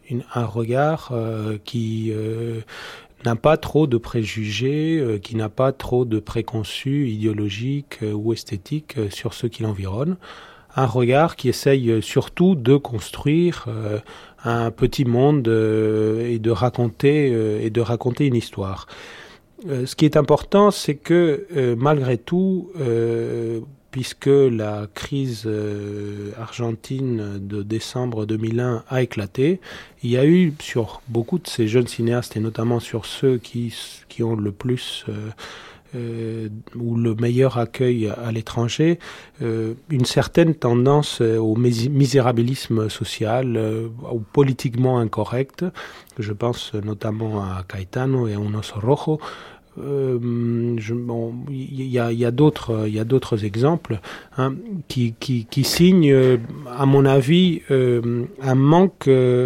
qui n'a pas trop de préjugés, qui n'a pas trop de préconçus idéologiques ou esthétiques sur ceux qui l'environnent. Un regard qui essaye surtout de construire un petit monde et de raconter une histoire. Ce qui est important, c'est que malgré tout, puisque la crise argentine de décembre 2001 a éclaté, il y a eu sur beaucoup de ces jeunes cinéastes, et notamment sur ceux qui ont le plus ou le meilleur accueil à l'étranger, une certaine tendance au misérabilisme social, au politiquement incorrect. Je pense notamment à Caetano et à Un Oso Rojo. Il y a d'autres exemples qui signent, à mon avis, un manque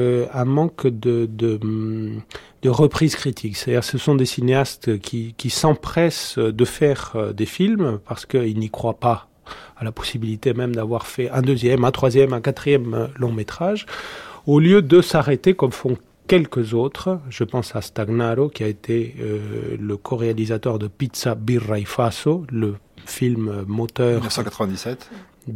de reprise critique. C'est-à-dire, ce sont des cinéastes qui s'empressent de faire des films parce qu'ils n'y croient pas à la possibilité même d'avoir fait un deuxième, un troisième, un quatrième long métrage, au lieu de s'arrêter comme font quelques autres. Je pense à Stagnaro, qui a été le co-réalisateur de Pizza, Birra y Faso, le film moteur 1997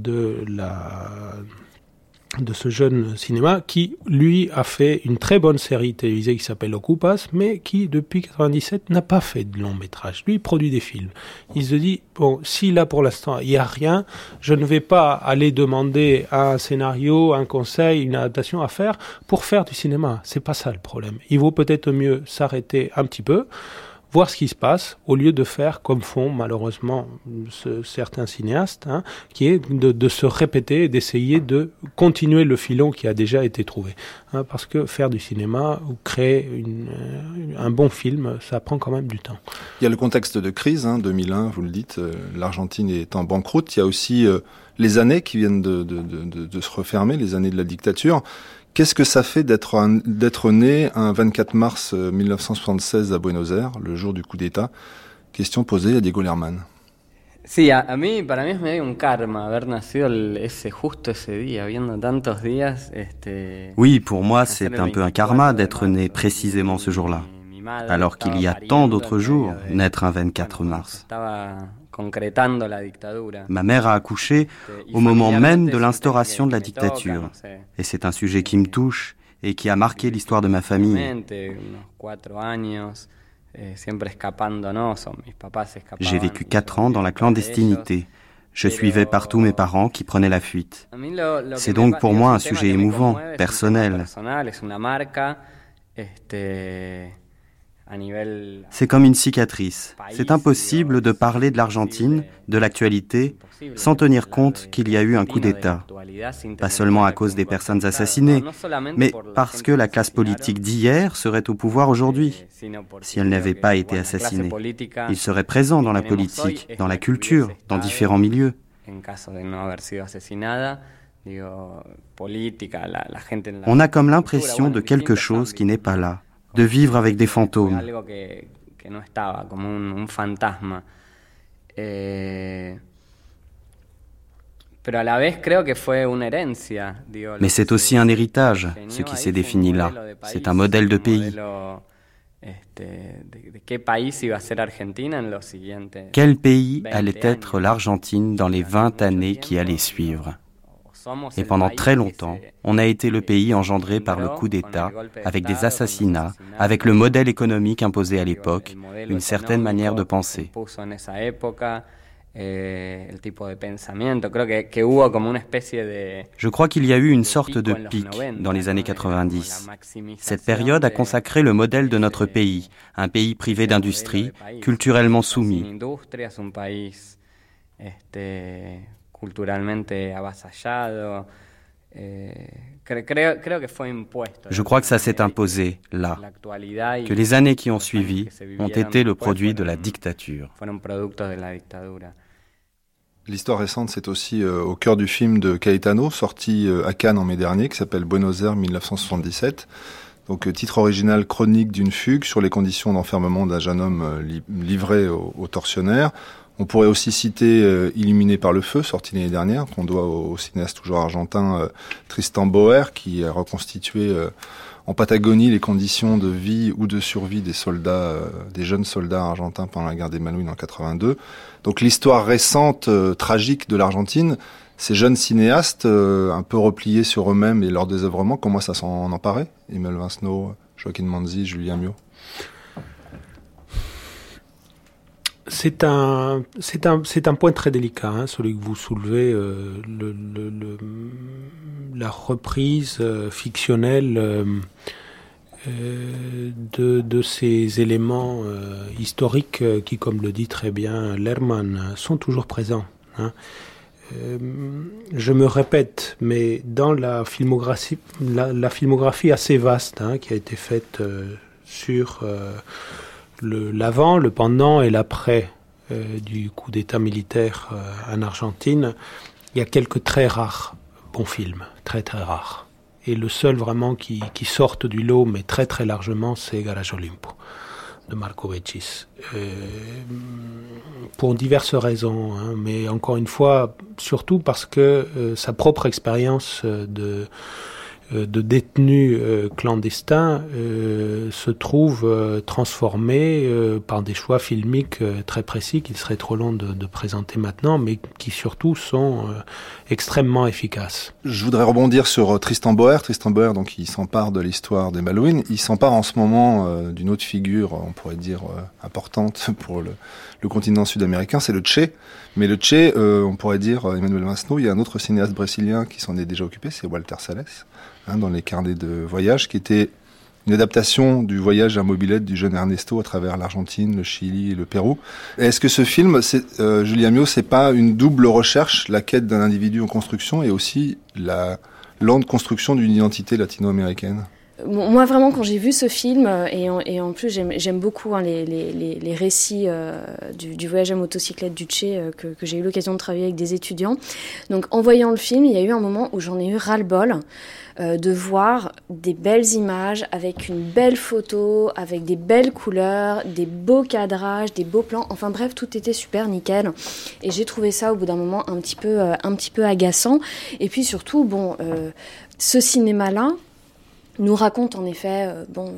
de ce jeune cinéma, qui, lui, a fait une très bonne série télévisée qui s'appelle Ocupas, mais qui, depuis 97, n'a pas fait de long métrage. Lui, il produit des films. Il se dit, si là, pour l'instant, il n'y a rien, je ne vais pas aller demander un scénario, un conseil, une adaptation à faire pour faire du cinéma. C'est pas ça le problème. Il vaut peut-être mieux s'arrêter un petit peu, voir ce qui se passe, au lieu de faire comme font malheureusement certains cinéastes, qui est de se répéter et d'essayer de continuer le filon qui a déjà été trouvé. Parce que faire du cinéma ou créer un bon film, ça prend quand même du temps. Il y a le contexte de crise, 2001, vous le dites, l'Argentine est en banqueroute. Il y a aussi les années qui viennent de se refermer, les années de la dictature. Qu'est-ce que ça fait d'être né un 24 mars 1976 à Buenos Aires, le jour du coup d'État? Question posée à Diego Lerman. Sí, para mí es medio un karma haber nacido justo ese día, viendo tantos días. Oui, pour moi, c'est un peu un karma d'être né précisément ce jour-là, alors qu'il y a tant d'autres jours, naître un 24 mars. Ma mère a accouché au moment même de l'instauration de la dictature, et c'est un sujet qui me touche et qui a marqué l'histoire de ma famille. J'ai vécu 4 ans dans la clandestinité. Je suivais partout mes parents qui prenaient la fuite. C'est donc pour moi un sujet émouvant, personnel. C'est comme une cicatrice. C'est impossible de parler de l'Argentine, de l'actualité, sans tenir compte qu'il y a eu un coup d'État. Pas seulement à cause des personnes assassinées, mais parce que la classe politique d'hier serait au pouvoir aujourd'hui. Si elle n'avait pas été assassinée, il serait présent dans la politique, dans la culture, dans différents milieux. On a comme l'impression de quelque chose qui n'est pas là, de vivre avec des fantômes. Mais c'est aussi un héritage, ce qui s'est défini là. C'est un modèle de pays. Quel pays allait être l'Argentine dans les 20 années qui allaient suivre? Et pendant très longtemps, on a été le pays engendré par le coup d'État, avec des assassinats, avec le modèle économique imposé à l'époque, une certaine manière de penser. Je crois qu'il y a eu une sorte de pic dans les années 90. Cette période a consacré le modèle de notre pays, un pays privé d'industrie, culturellement soumis. Je crois que ça s'est imposé là, que les années qui ont suivi ont été le produit de la dictature. L'histoire récente, c'est aussi au cœur du film de Caetano, sorti à Cannes en mai dernier, qui s'appelle Buenos Aires 1977. Donc, titre original, chronique d'une fugue sur les conditions d'enfermement d'un jeune homme livré aux tortionnaires. On pourrait aussi citer Illuminé par le feu, sorti l'année dernière, qu'on doit au cinéaste toujours argentin Tristan Boer, qui a reconstitué en Patagonie les conditions de vie ou de survie des soldats, des jeunes soldats argentins pendant la guerre des Malvines en 82. Donc l'histoire récente, tragique de l'Argentine, ces jeunes cinéastes un peu repliés sur eux-mêmes et leur désœuvrement, comment ça s'en emparait? Emile Vincenot, Joaquin Manzi, Julien Mio. C'est un point très délicat, hein, celui que vous soulevez, la reprise fictionnelle de ces éléments historiques qui, comme le dit très bien Lerman, sont toujours présents. Hein. Je me répète, mais dans la filmographie assez vaste qui a été faite sur l'avant, le pendant et l'après du coup d'État militaire en Argentine, il y a quelques très rares bons films, très très rares. Et le seul vraiment qui sorte du lot, mais très très largement, c'est Garage Olimpo de Marco Vecis. Pour diverses raisons, hein, mais encore une fois, surtout parce que sa propre expérience de détenus clandestins se trouve transformée par des choix filmiques très précis qu'il serait trop long de présenter maintenant, mais qui surtout sont extrêmement efficaces. Je voudrais rebondir sur Tristan Boer. Tristan Boer, donc, il s'empare de l'histoire des Malouines. Il s'empare en ce moment d'une autre figure, on pourrait dire, importante pour le continent sud-américain, c'est le Che. Mais le Che, on pourrait dire, Emmanuel Vincenot, il y a un autre cinéaste brésilien qui s'en est déjà occupé, c'est Walter Salles, dans les carnets de voyage, qui était une adaptation du voyage à mobilette du jeune Ernesto à travers l'Argentine, le Chili et le Pérou. Est-ce que ce film, Julien Mio, c'est pas une double recherche, la quête d'un individu en construction et aussi la lente construction d'une identité latino-américaine? Moi, vraiment, quand j'ai vu ce film, et en plus, j'aime beaucoup les récits du voyage à motocyclette Duce que j'ai eu l'occasion de travailler avec des étudiants. Donc, en voyant le film, il y a eu un moment où j'en ai eu ras-le-bol de voir des belles images, avec une belle photo, avec des belles couleurs, des beaux cadrages, des beaux plans. Enfin bref, tout était super nickel. Et j'ai trouvé ça, au bout d'un moment, un petit peu agaçant. Et puis surtout, ce cinéma-là nous raconte en effet,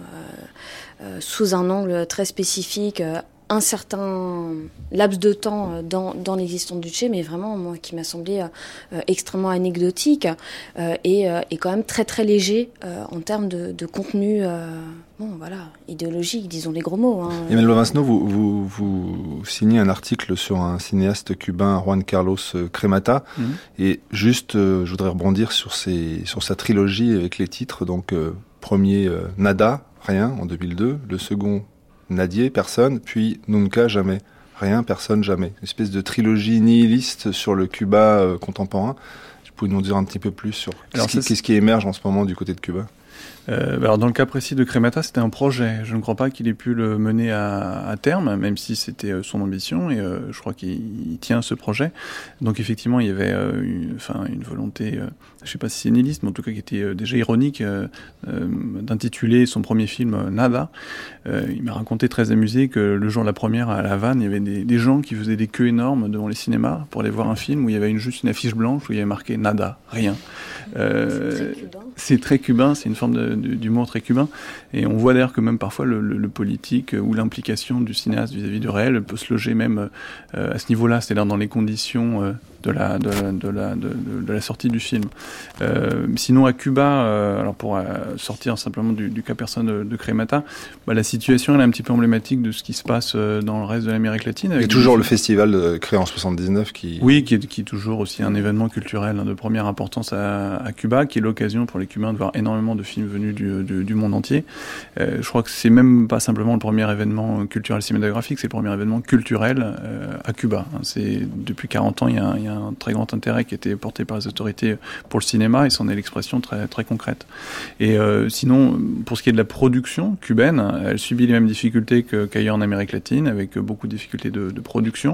sous un angle très spécifique, un certain laps de temps dans l'existence du Duce, mais vraiment, moi, qui m'a semblé extrêmement anecdotique et quand même très très léger en termes de contenu idéologique, disons les gros mots. Emmanuel Lovinsno, vous signez un article sur un cinéaste cubain, Juan Carlos Cremata, et juste, je voudrais rebondir sur sa trilogie avec les titres. Donc, premier, Nada, rien, en 2002, le second, Nadie, personne, puis Nunca, jamais. Rien, personne, jamais. Une espèce de trilogie nihiliste sur le Cuba contemporain. Vous pouvez nous dire un petit peu plus sur qu'est-ce qui émerge en ce moment du côté de Cuba ? Alors dans le cas précis de Cremata, c'était un projet. Je ne crois pas qu'il ait pu le mener à terme, même si c'était son ambition, et je crois qu'il tient ce projet. Donc effectivement, il y avait une volonté, je ne sais pas si c'est nihiliste, mais en tout cas qui était déjà ironique, d'intituler son premier film Nada. Il m'a raconté très amusé que le jour de la première à La Havane, il y avait des gens qui faisaient des queues énormes devant les cinémas pour aller voir un film où il y avait juste une affiche blanche où il y avait marqué Nada, rien. C'est très cubain, c'est une forme d'humour très cubain, et on voit d'ailleurs que même parfois le politique ou l'implication du cinéaste vis-à-vis du réel peut se loger même à ce niveau-là, c'est-à-dire dans les conditions de la sortie du film. Sinon à Cuba, alors pour sortir simplement du cas personnel de Cremata, la situation elle est un petit peu emblématique de ce qui se passe dans le reste de l'Amérique latine. Il y a toujours le festival créé en 79 qui est toujours aussi un événement culturel de première importance à Cuba, qui est l'occasion pour les Cubains de voir énormément de films venus du monde entier. Je crois que c'est même pas simplement le premier événement culturel cinématographique, c'est le premier événement culturel à Cuba. C'est depuis 40 ans, il y a un très grand intérêt qui a été porté par les autorités pour le cinéma, et c'en est l'expression très, très concrète. Et sinon, pour ce qui est de la production cubaine, elle subit les mêmes difficultés qu'ailleurs en Amérique latine, avec beaucoup de difficultés de production.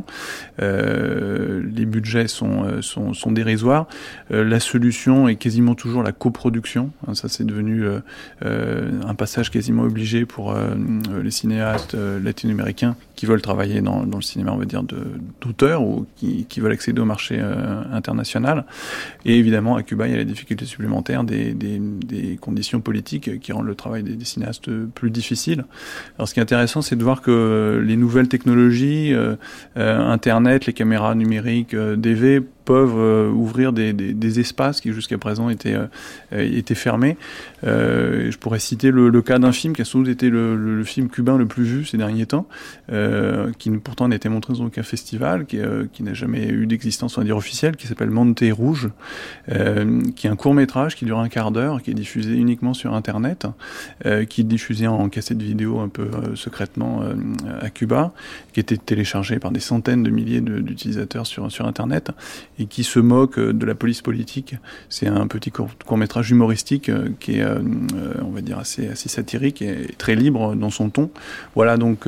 Les budgets sont dérisoires. La solution est quasiment toujours la coproduction. Ça, c'est devenu un passage quasiment obligé pour les cinéastes latino-américains qui veulent travailler dans le cinéma, on va dire, d'auteur, ou qui veulent accéder au marché international. Et évidemment, à Cuba, il y a la difficulté supplémentaire des conditions politiques qui rendent le travail des cinéastes plus difficile. Alors, ce qui est intéressant, c'est de voir que les nouvelles technologies, Internet, les caméras numériques, DV, peuvent ouvrir des espaces qui jusqu'à présent étaient fermés. Je pourrais citer le cas d'un film qui a sans doute été le film cubain le plus vu ces derniers temps, qui pourtant n'a été montré dans aucun festival, qui n'a jamais eu d'existence, on va dire, officielle, qui s'appelle Monte Rouge, qui est un court-métrage qui dure un quart d'heure, qui est diffusé uniquement sur Internet, qui est diffusé en cassette vidéo un peu secrètement à Cuba, qui était téléchargé par des centaines de milliers d'utilisateurs sur Internet, et qui se moque de la police politique. C'est un petit court-métrage humoristique qui est, on va dire, assez satirique et très libre dans son ton. Voilà, donc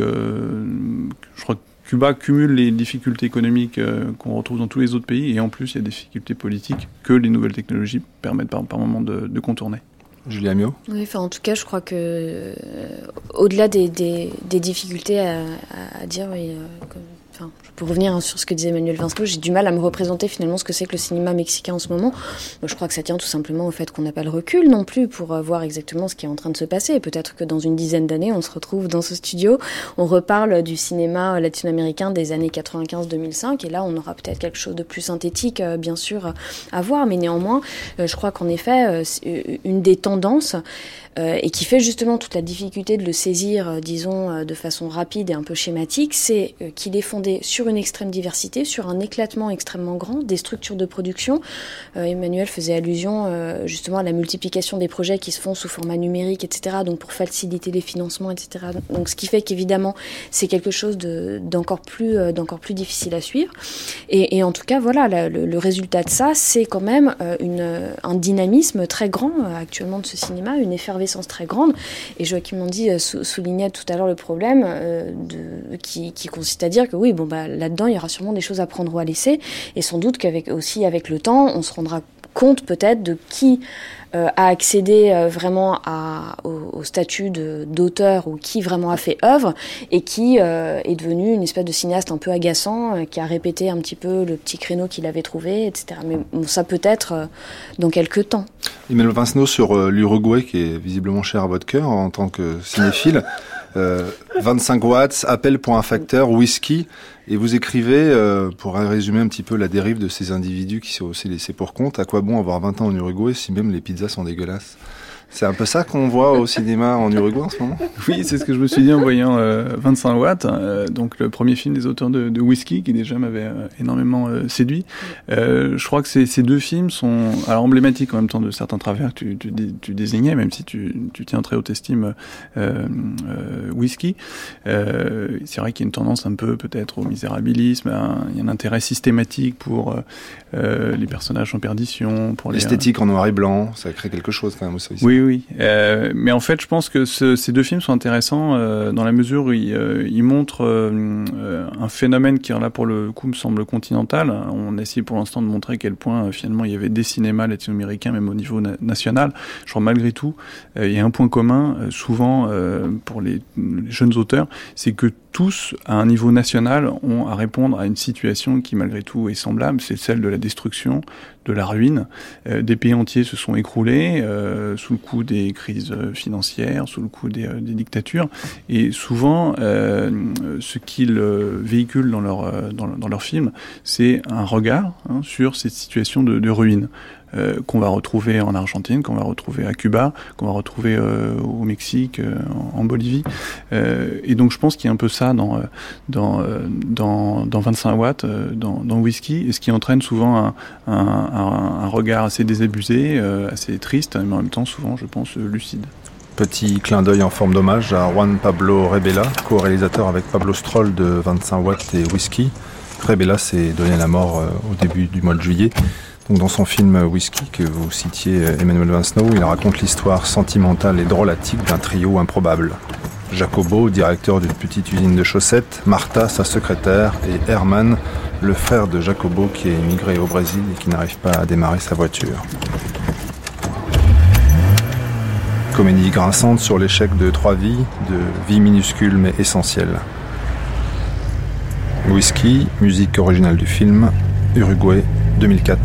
je crois que Cuba cumule les difficultés économiques qu'on retrouve dans tous les autres pays, et en plus il y a des difficultés politiques que les nouvelles technologies permettent par moment de contourner. Julia Mio. Oui, en tout cas, je crois que au-delà des difficultés à dire, oui, pour revenir sur ce que disait Emmanuel Lovinsno, j'ai du mal à me représenter finalement ce que c'est que le cinéma mexicain en ce moment. Je crois que ça tient tout simplement au fait qu'on n'a pas le recul non plus pour voir exactement ce qui est en train de se passer. Et peut-être que dans une dizaine d'années, on se retrouve dans ce studio, on reparle du cinéma latino-américain des années 95-2005, et là, on aura peut-être quelque chose de plus synthétique, bien sûr, à voir. Mais néanmoins, je crois qu'en effet, une des tendances, et qui fait justement toute la difficulté de le saisir, disons, de façon rapide et un peu schématique, c'est qu'il est fondé fondée sur une extrême diversité, sur un éclatement extrêmement grand, des structures de production. Emmanuel faisait allusion justement à la multiplication des projets qui se font sous format numérique, etc., donc pour faciliter les financements, etc. Donc ce qui fait qu'évidemment, c'est quelque chose d'encore plus difficile à suivre. Et en tout cas, voilà, le résultat de ça, c'est quand même un dynamisme très grand actuellement de ce cinéma, une effervescence très grande. Et Joachim Mandy soulignait tout à l'heure le problème qui consiste à dire que oui, là-dedans, il y aura sûrement des choses à prendre ou à laisser. Et sans doute qu'avec le temps, on se rendra compte peut-être de qui a accédé vraiment au statut d'auteur ou qui vraiment a fait œuvre et qui est devenu une espèce de cinéaste un peu agaçant qui a répété un petit peu le petit créneau qu'il avait trouvé, etc. Mais bon, ça peut être dans quelques temps. Emmanuel Vincenot, sur l'Uruguay, qui est visiblement cher à votre cœur en tant que cinéphile, 25 watts, appel pour un facteur, whisky, et vous écrivez, pour résumer un petit peu la dérive de ces individus qui sont aussi laissés pour compte, à quoi bon avoir 20 ans en Uruguay si même les pizzas sont dégueulasses? C'est un peu ça qu'on voit au cinéma en Uruguay en ce moment? Oui, c'est ce que je me suis dit en voyant 25 watts, donc le premier film des auteurs de Whisky, qui déjà m'avait énormément séduit. Je crois que ces deux films sont emblématiques en même temps de certains travers que tu désignais, même si tu tiens très haute estime Whisky. C'est vrai qu'il y a une tendance un peu peut-être au misérabilisme, il y a un intérêt systématique pour les personnages en perdition, pour l'esthétique en noir et blanc, ça crée quelque chose quand même aussi. Oui. Mais en fait, je pense que ces deux films sont intéressants dans la mesure où ils montrent un phénomène qui, là, pour le coup, me semble continental. On a essayé pour l'instant de montrer à quel point, finalement, il y avait des cinémas latino-américains, même au niveau national. Je crois, malgré tout, il y a un point commun, souvent, pour les jeunes auteurs, c'est que tous, à un niveau national, ont à répondre à une situation qui, malgré tout, est semblable. C'est celle de la destruction, de la ruine. Des pays entiers se sont écroulés sous le coup des crises financières, sous le coup des dictatures. Et souvent, ce qu'ils véhiculent dans leur film, c'est un regard sur cette situation de ruine. Qu'on va retrouver en Argentine, qu'on va retrouver à Cuba, qu'on va retrouver au Mexique, en Bolivie. Et donc je pense qu'il y a un peu ça dans 25 watts, dans Whisky, et ce qui entraîne souvent un regard assez désabusé, assez triste, mais en même temps souvent, je pense, lucide. Petit clin d'œil en forme d'hommage à Juan Pablo Rebella, co-réalisateur avec Pablo Stroll de 25 watts et Whisky. Rebella s'est donné la mort au début du mois de juillet. Donc dans son film Whisky, que vous citiez, Emmanuel Vincenot, il raconte l'histoire sentimentale et drôlatique d'un trio improbable. Jacobo, directeur d'une petite usine de chaussettes, Martha, sa secrétaire, et Herman, le frère de Jacobo qui est immigré au Brésil et qui n'arrive pas à démarrer sa voiture. Comédie grinçante sur l'échec de 3 vies, de vies minuscules mais essentielles. Whisky, musique originale du film, Uruguay, 2004.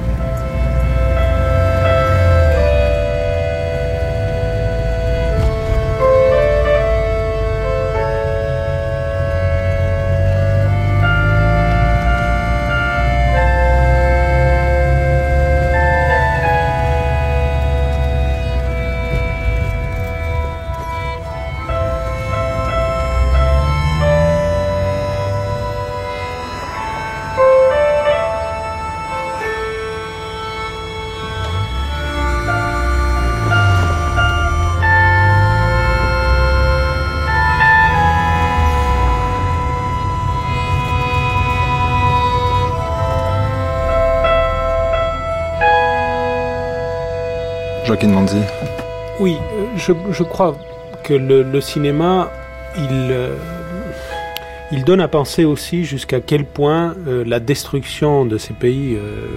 Joachim Mandy. Oui, je crois que le cinéma, il donne à penser aussi jusqu'à quel point la destruction de ces pays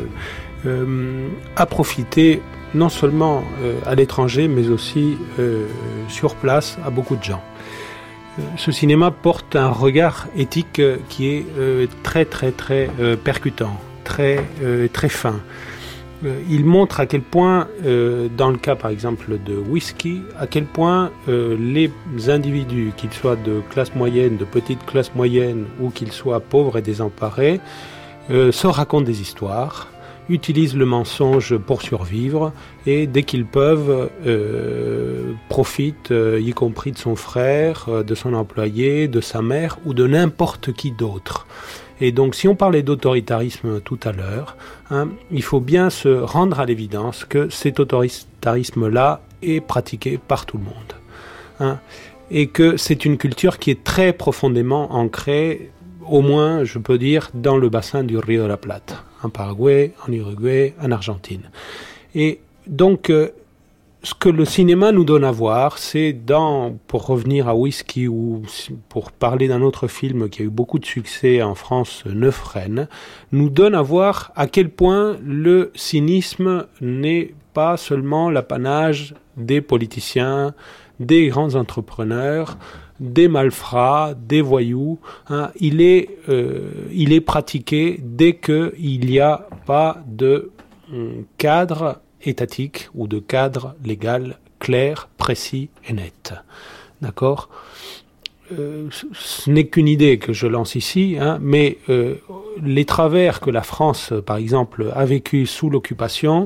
a profité non seulement à l'étranger, mais aussi sur place à beaucoup de gens. Ce cinéma porte un regard éthique qui est très très très percutant, très fin. Il montre à quel point, dans le cas par exemple de Whisky, à quel point les individus, qu'ils soient de classe moyenne, de petite classe moyenne, ou qu'ils soient pauvres et désemparés, se racontent des histoires, utilisent le mensonge pour survivre et dès qu'ils peuvent profitent y compris de son frère, de son employé, de sa mère ou de n'importe qui d'autre. Et donc si on parlait d'autoritarisme tout à l'heure, il faut bien se rendre à l'évidence que cet autoritarisme-là est pratiqué par tout le monde. Et que c'est une culture qui est très profondément ancrée, au moins, je peux dire, dans le bassin du Rio de la Plata, en Paraguay, en Uruguay, en Argentine. Et donc, ce que le cinéma nous donne à voir, c'est pour revenir à Whisky ou pour parler d'un autre film qui a eu beaucoup de succès en France, Neuf Rennes, nous donne à voir à quel point le cynisme n'est pas seulement l'apanage des politiciens, des grands entrepreneurs, des malfrats, des voyous. Il est pratiqué dès qu'il n'y a pas de cadre étatique ou de cadre légal clair, précis et net. D'accord ? Ce n'est qu'une idée que je lance ici, mais les travers que la France, par exemple, a vécu sous l'occupation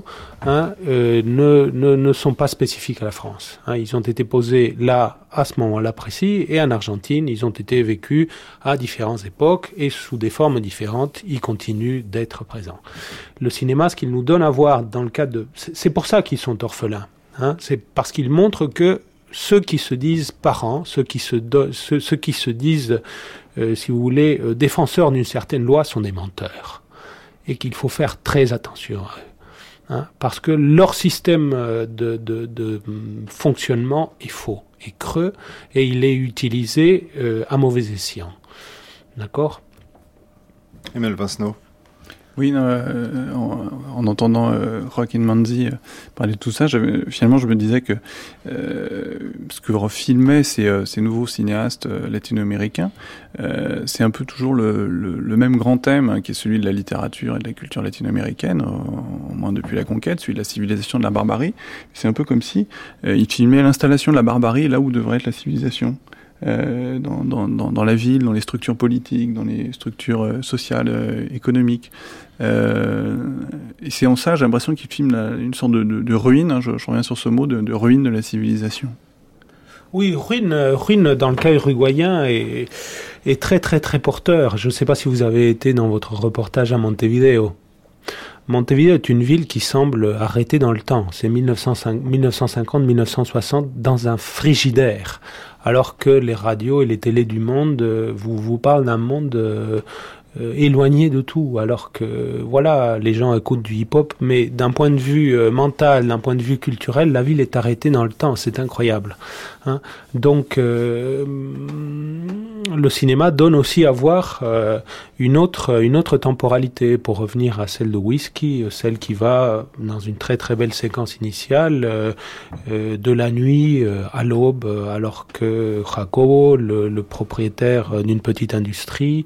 ne sont pas spécifiques à la France. Ils ont été posés là, à ce moment-là précis, et en Argentine, ils ont été vécus à différentes époques et sous des formes différentes, ils continuent d'être présents. Le cinéma, ce qu'il nous donne à voir dans le cadre de... C'est pour ça qu'ils sont orphelins. C'est parce qu'ils montrent que ceux qui se disent parents, ceux qui se disent, si vous voulez, défenseurs d'une certaine loi sont des menteurs. Et qu'il faut faire très attention à eux. Parce que leur système de fonctionnement est faux, est creux, et il est utilisé à mauvais escient. D'accord ? Emile Vincenot. Oui, en entendant Joaquin Manzi parler de tout ça, finalement je me disais que ce que refilmaient ces nouveaux cinéastes latino-américains, c'est un peu toujours le même grand thème qui est celui de la littérature et de la culture latino-américaine, au moins depuis la conquête, celui de la civilisation de la barbarie. C'est un peu comme si ils filmaient l'installation de la barbarie là où devrait être la civilisation. Dans la ville, dans les structures politiques, dans les structures sociales, économiques. Et c'est en ça, j'ai l'impression qu'il filme une sorte de ruine, je reviens sur ce mot, de ruine de la civilisation. Oui, ruine dans le cas uruguayen est très très très porteur. Je ne sais pas si vous avez été dans votre reportage à Montevideo. Montevideo est une ville qui semble arrêtée dans le temps. C'est 1950-1960 dans un frigidaire. Alors que les radios et les télés du monde vous parlent d'un monde éloigné de tout. Alors que, voilà, les gens écoutent du hip-hop, mais d'un point de vue mental, d'un point de vue culturel, la ville est arrêtée dans le temps. C'est incroyable. Donc, le cinéma donne aussi à voir une autre temporalité, pour revenir à celle de Whisky, celle qui va dans une très très belle séquence initiale de la nuit à l'aube, alors que Jacobo, le propriétaire d'une petite industrie,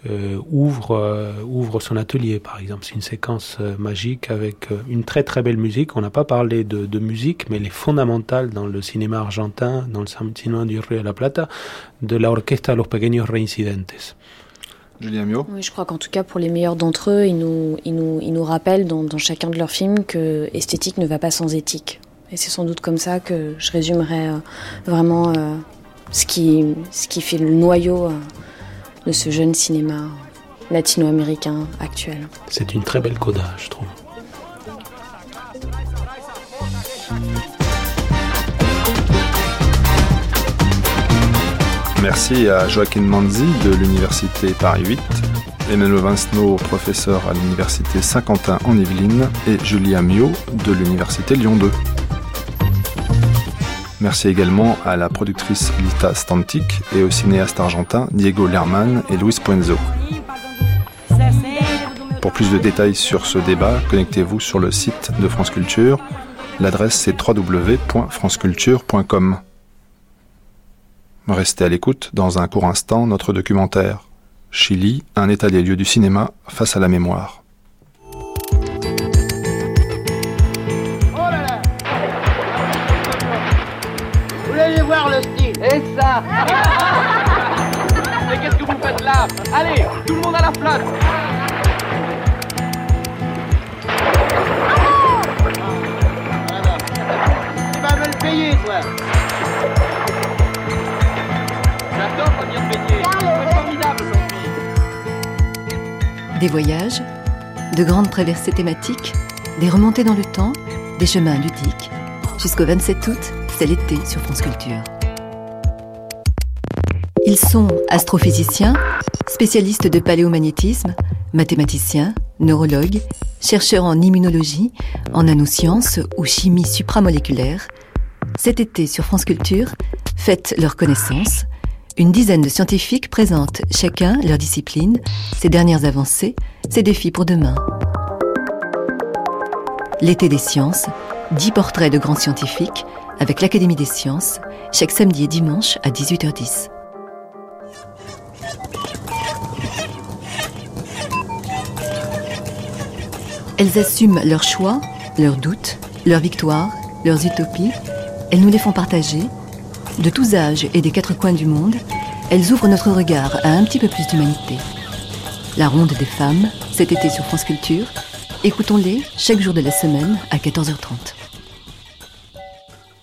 ouvre son atelier, par exemple. C'est une séquence magique avec une très très belle musique. On n'a pas parlé de musique, mais elle est fondamentale dans le cinéma argentin, dans le cinéma du Rio de la Plata, de la Orquesta Los Pequeños Reincidentes. Julia Mio. Oui, je crois qu'en tout cas, pour les meilleurs d'entre eux, ils nous rappellent dans chacun de leurs films que esthétique ne va pas sans éthique. Et c'est sans doute comme ça que je résumerai vraiment ce qui fait le noyau de ce jeune cinéma latino-américain actuel. C'est une très belle coda, je trouve. Merci à Joaquin Manzi de l'Université Paris 8, Emmanuel Vincenot, professeur à l'Université Saint-Quentin en Yvelines, et Julia Mio de l'Université Lyon 2. Merci également à la productrice Lita Stantic et au cinéaste argentin Diego Lerman et Luis Puenzo. Pour plus de détails sur ce débat, connectez-vous sur le site de France Culture. L'adresse c'est www.franceculture.com. Restez à l'écoute, dans un court instant, notre documentaire Chili, un état des lieux du cinéma face à la mémoire. Vous voulez voir le style? Et ça? Mais qu'est-ce que vous faites là? Allez, tout le monde à la flotte! soir. J'adore venir me baigner. C'est formidable aujourd'hui. Des voyages, de grandes traversées thématiques, des remontées dans le temps, des chemins ludiques. Jusqu'au 27 août, c'est l'été sur France Culture. Ils sont astrophysiciens, spécialistes de paléomagnétisme, mathématiciens, neurologues, chercheurs en immunologie, en nanosciences ou chimie supramoléculaire. Cet été sur France Culture, faites leur connaissance. Une dizaine de scientifiques présentent chacun leur discipline, ses dernières avancées, ses défis pour demain. L'été des sciences, 10 portraits de grands scientifiques avec l'Académie des sciences, chaque samedi et dimanche à 18h10. Elles assument leurs choix, leurs doutes, leurs victoires, leurs utopies. Elles nous les font partager. De tous âges et des quatre coins du monde, elles ouvrent notre regard à un petit peu plus d'humanité. La ronde des femmes, cet été sur France Culture. Écoutons-les chaque jour de la semaine à 14h30.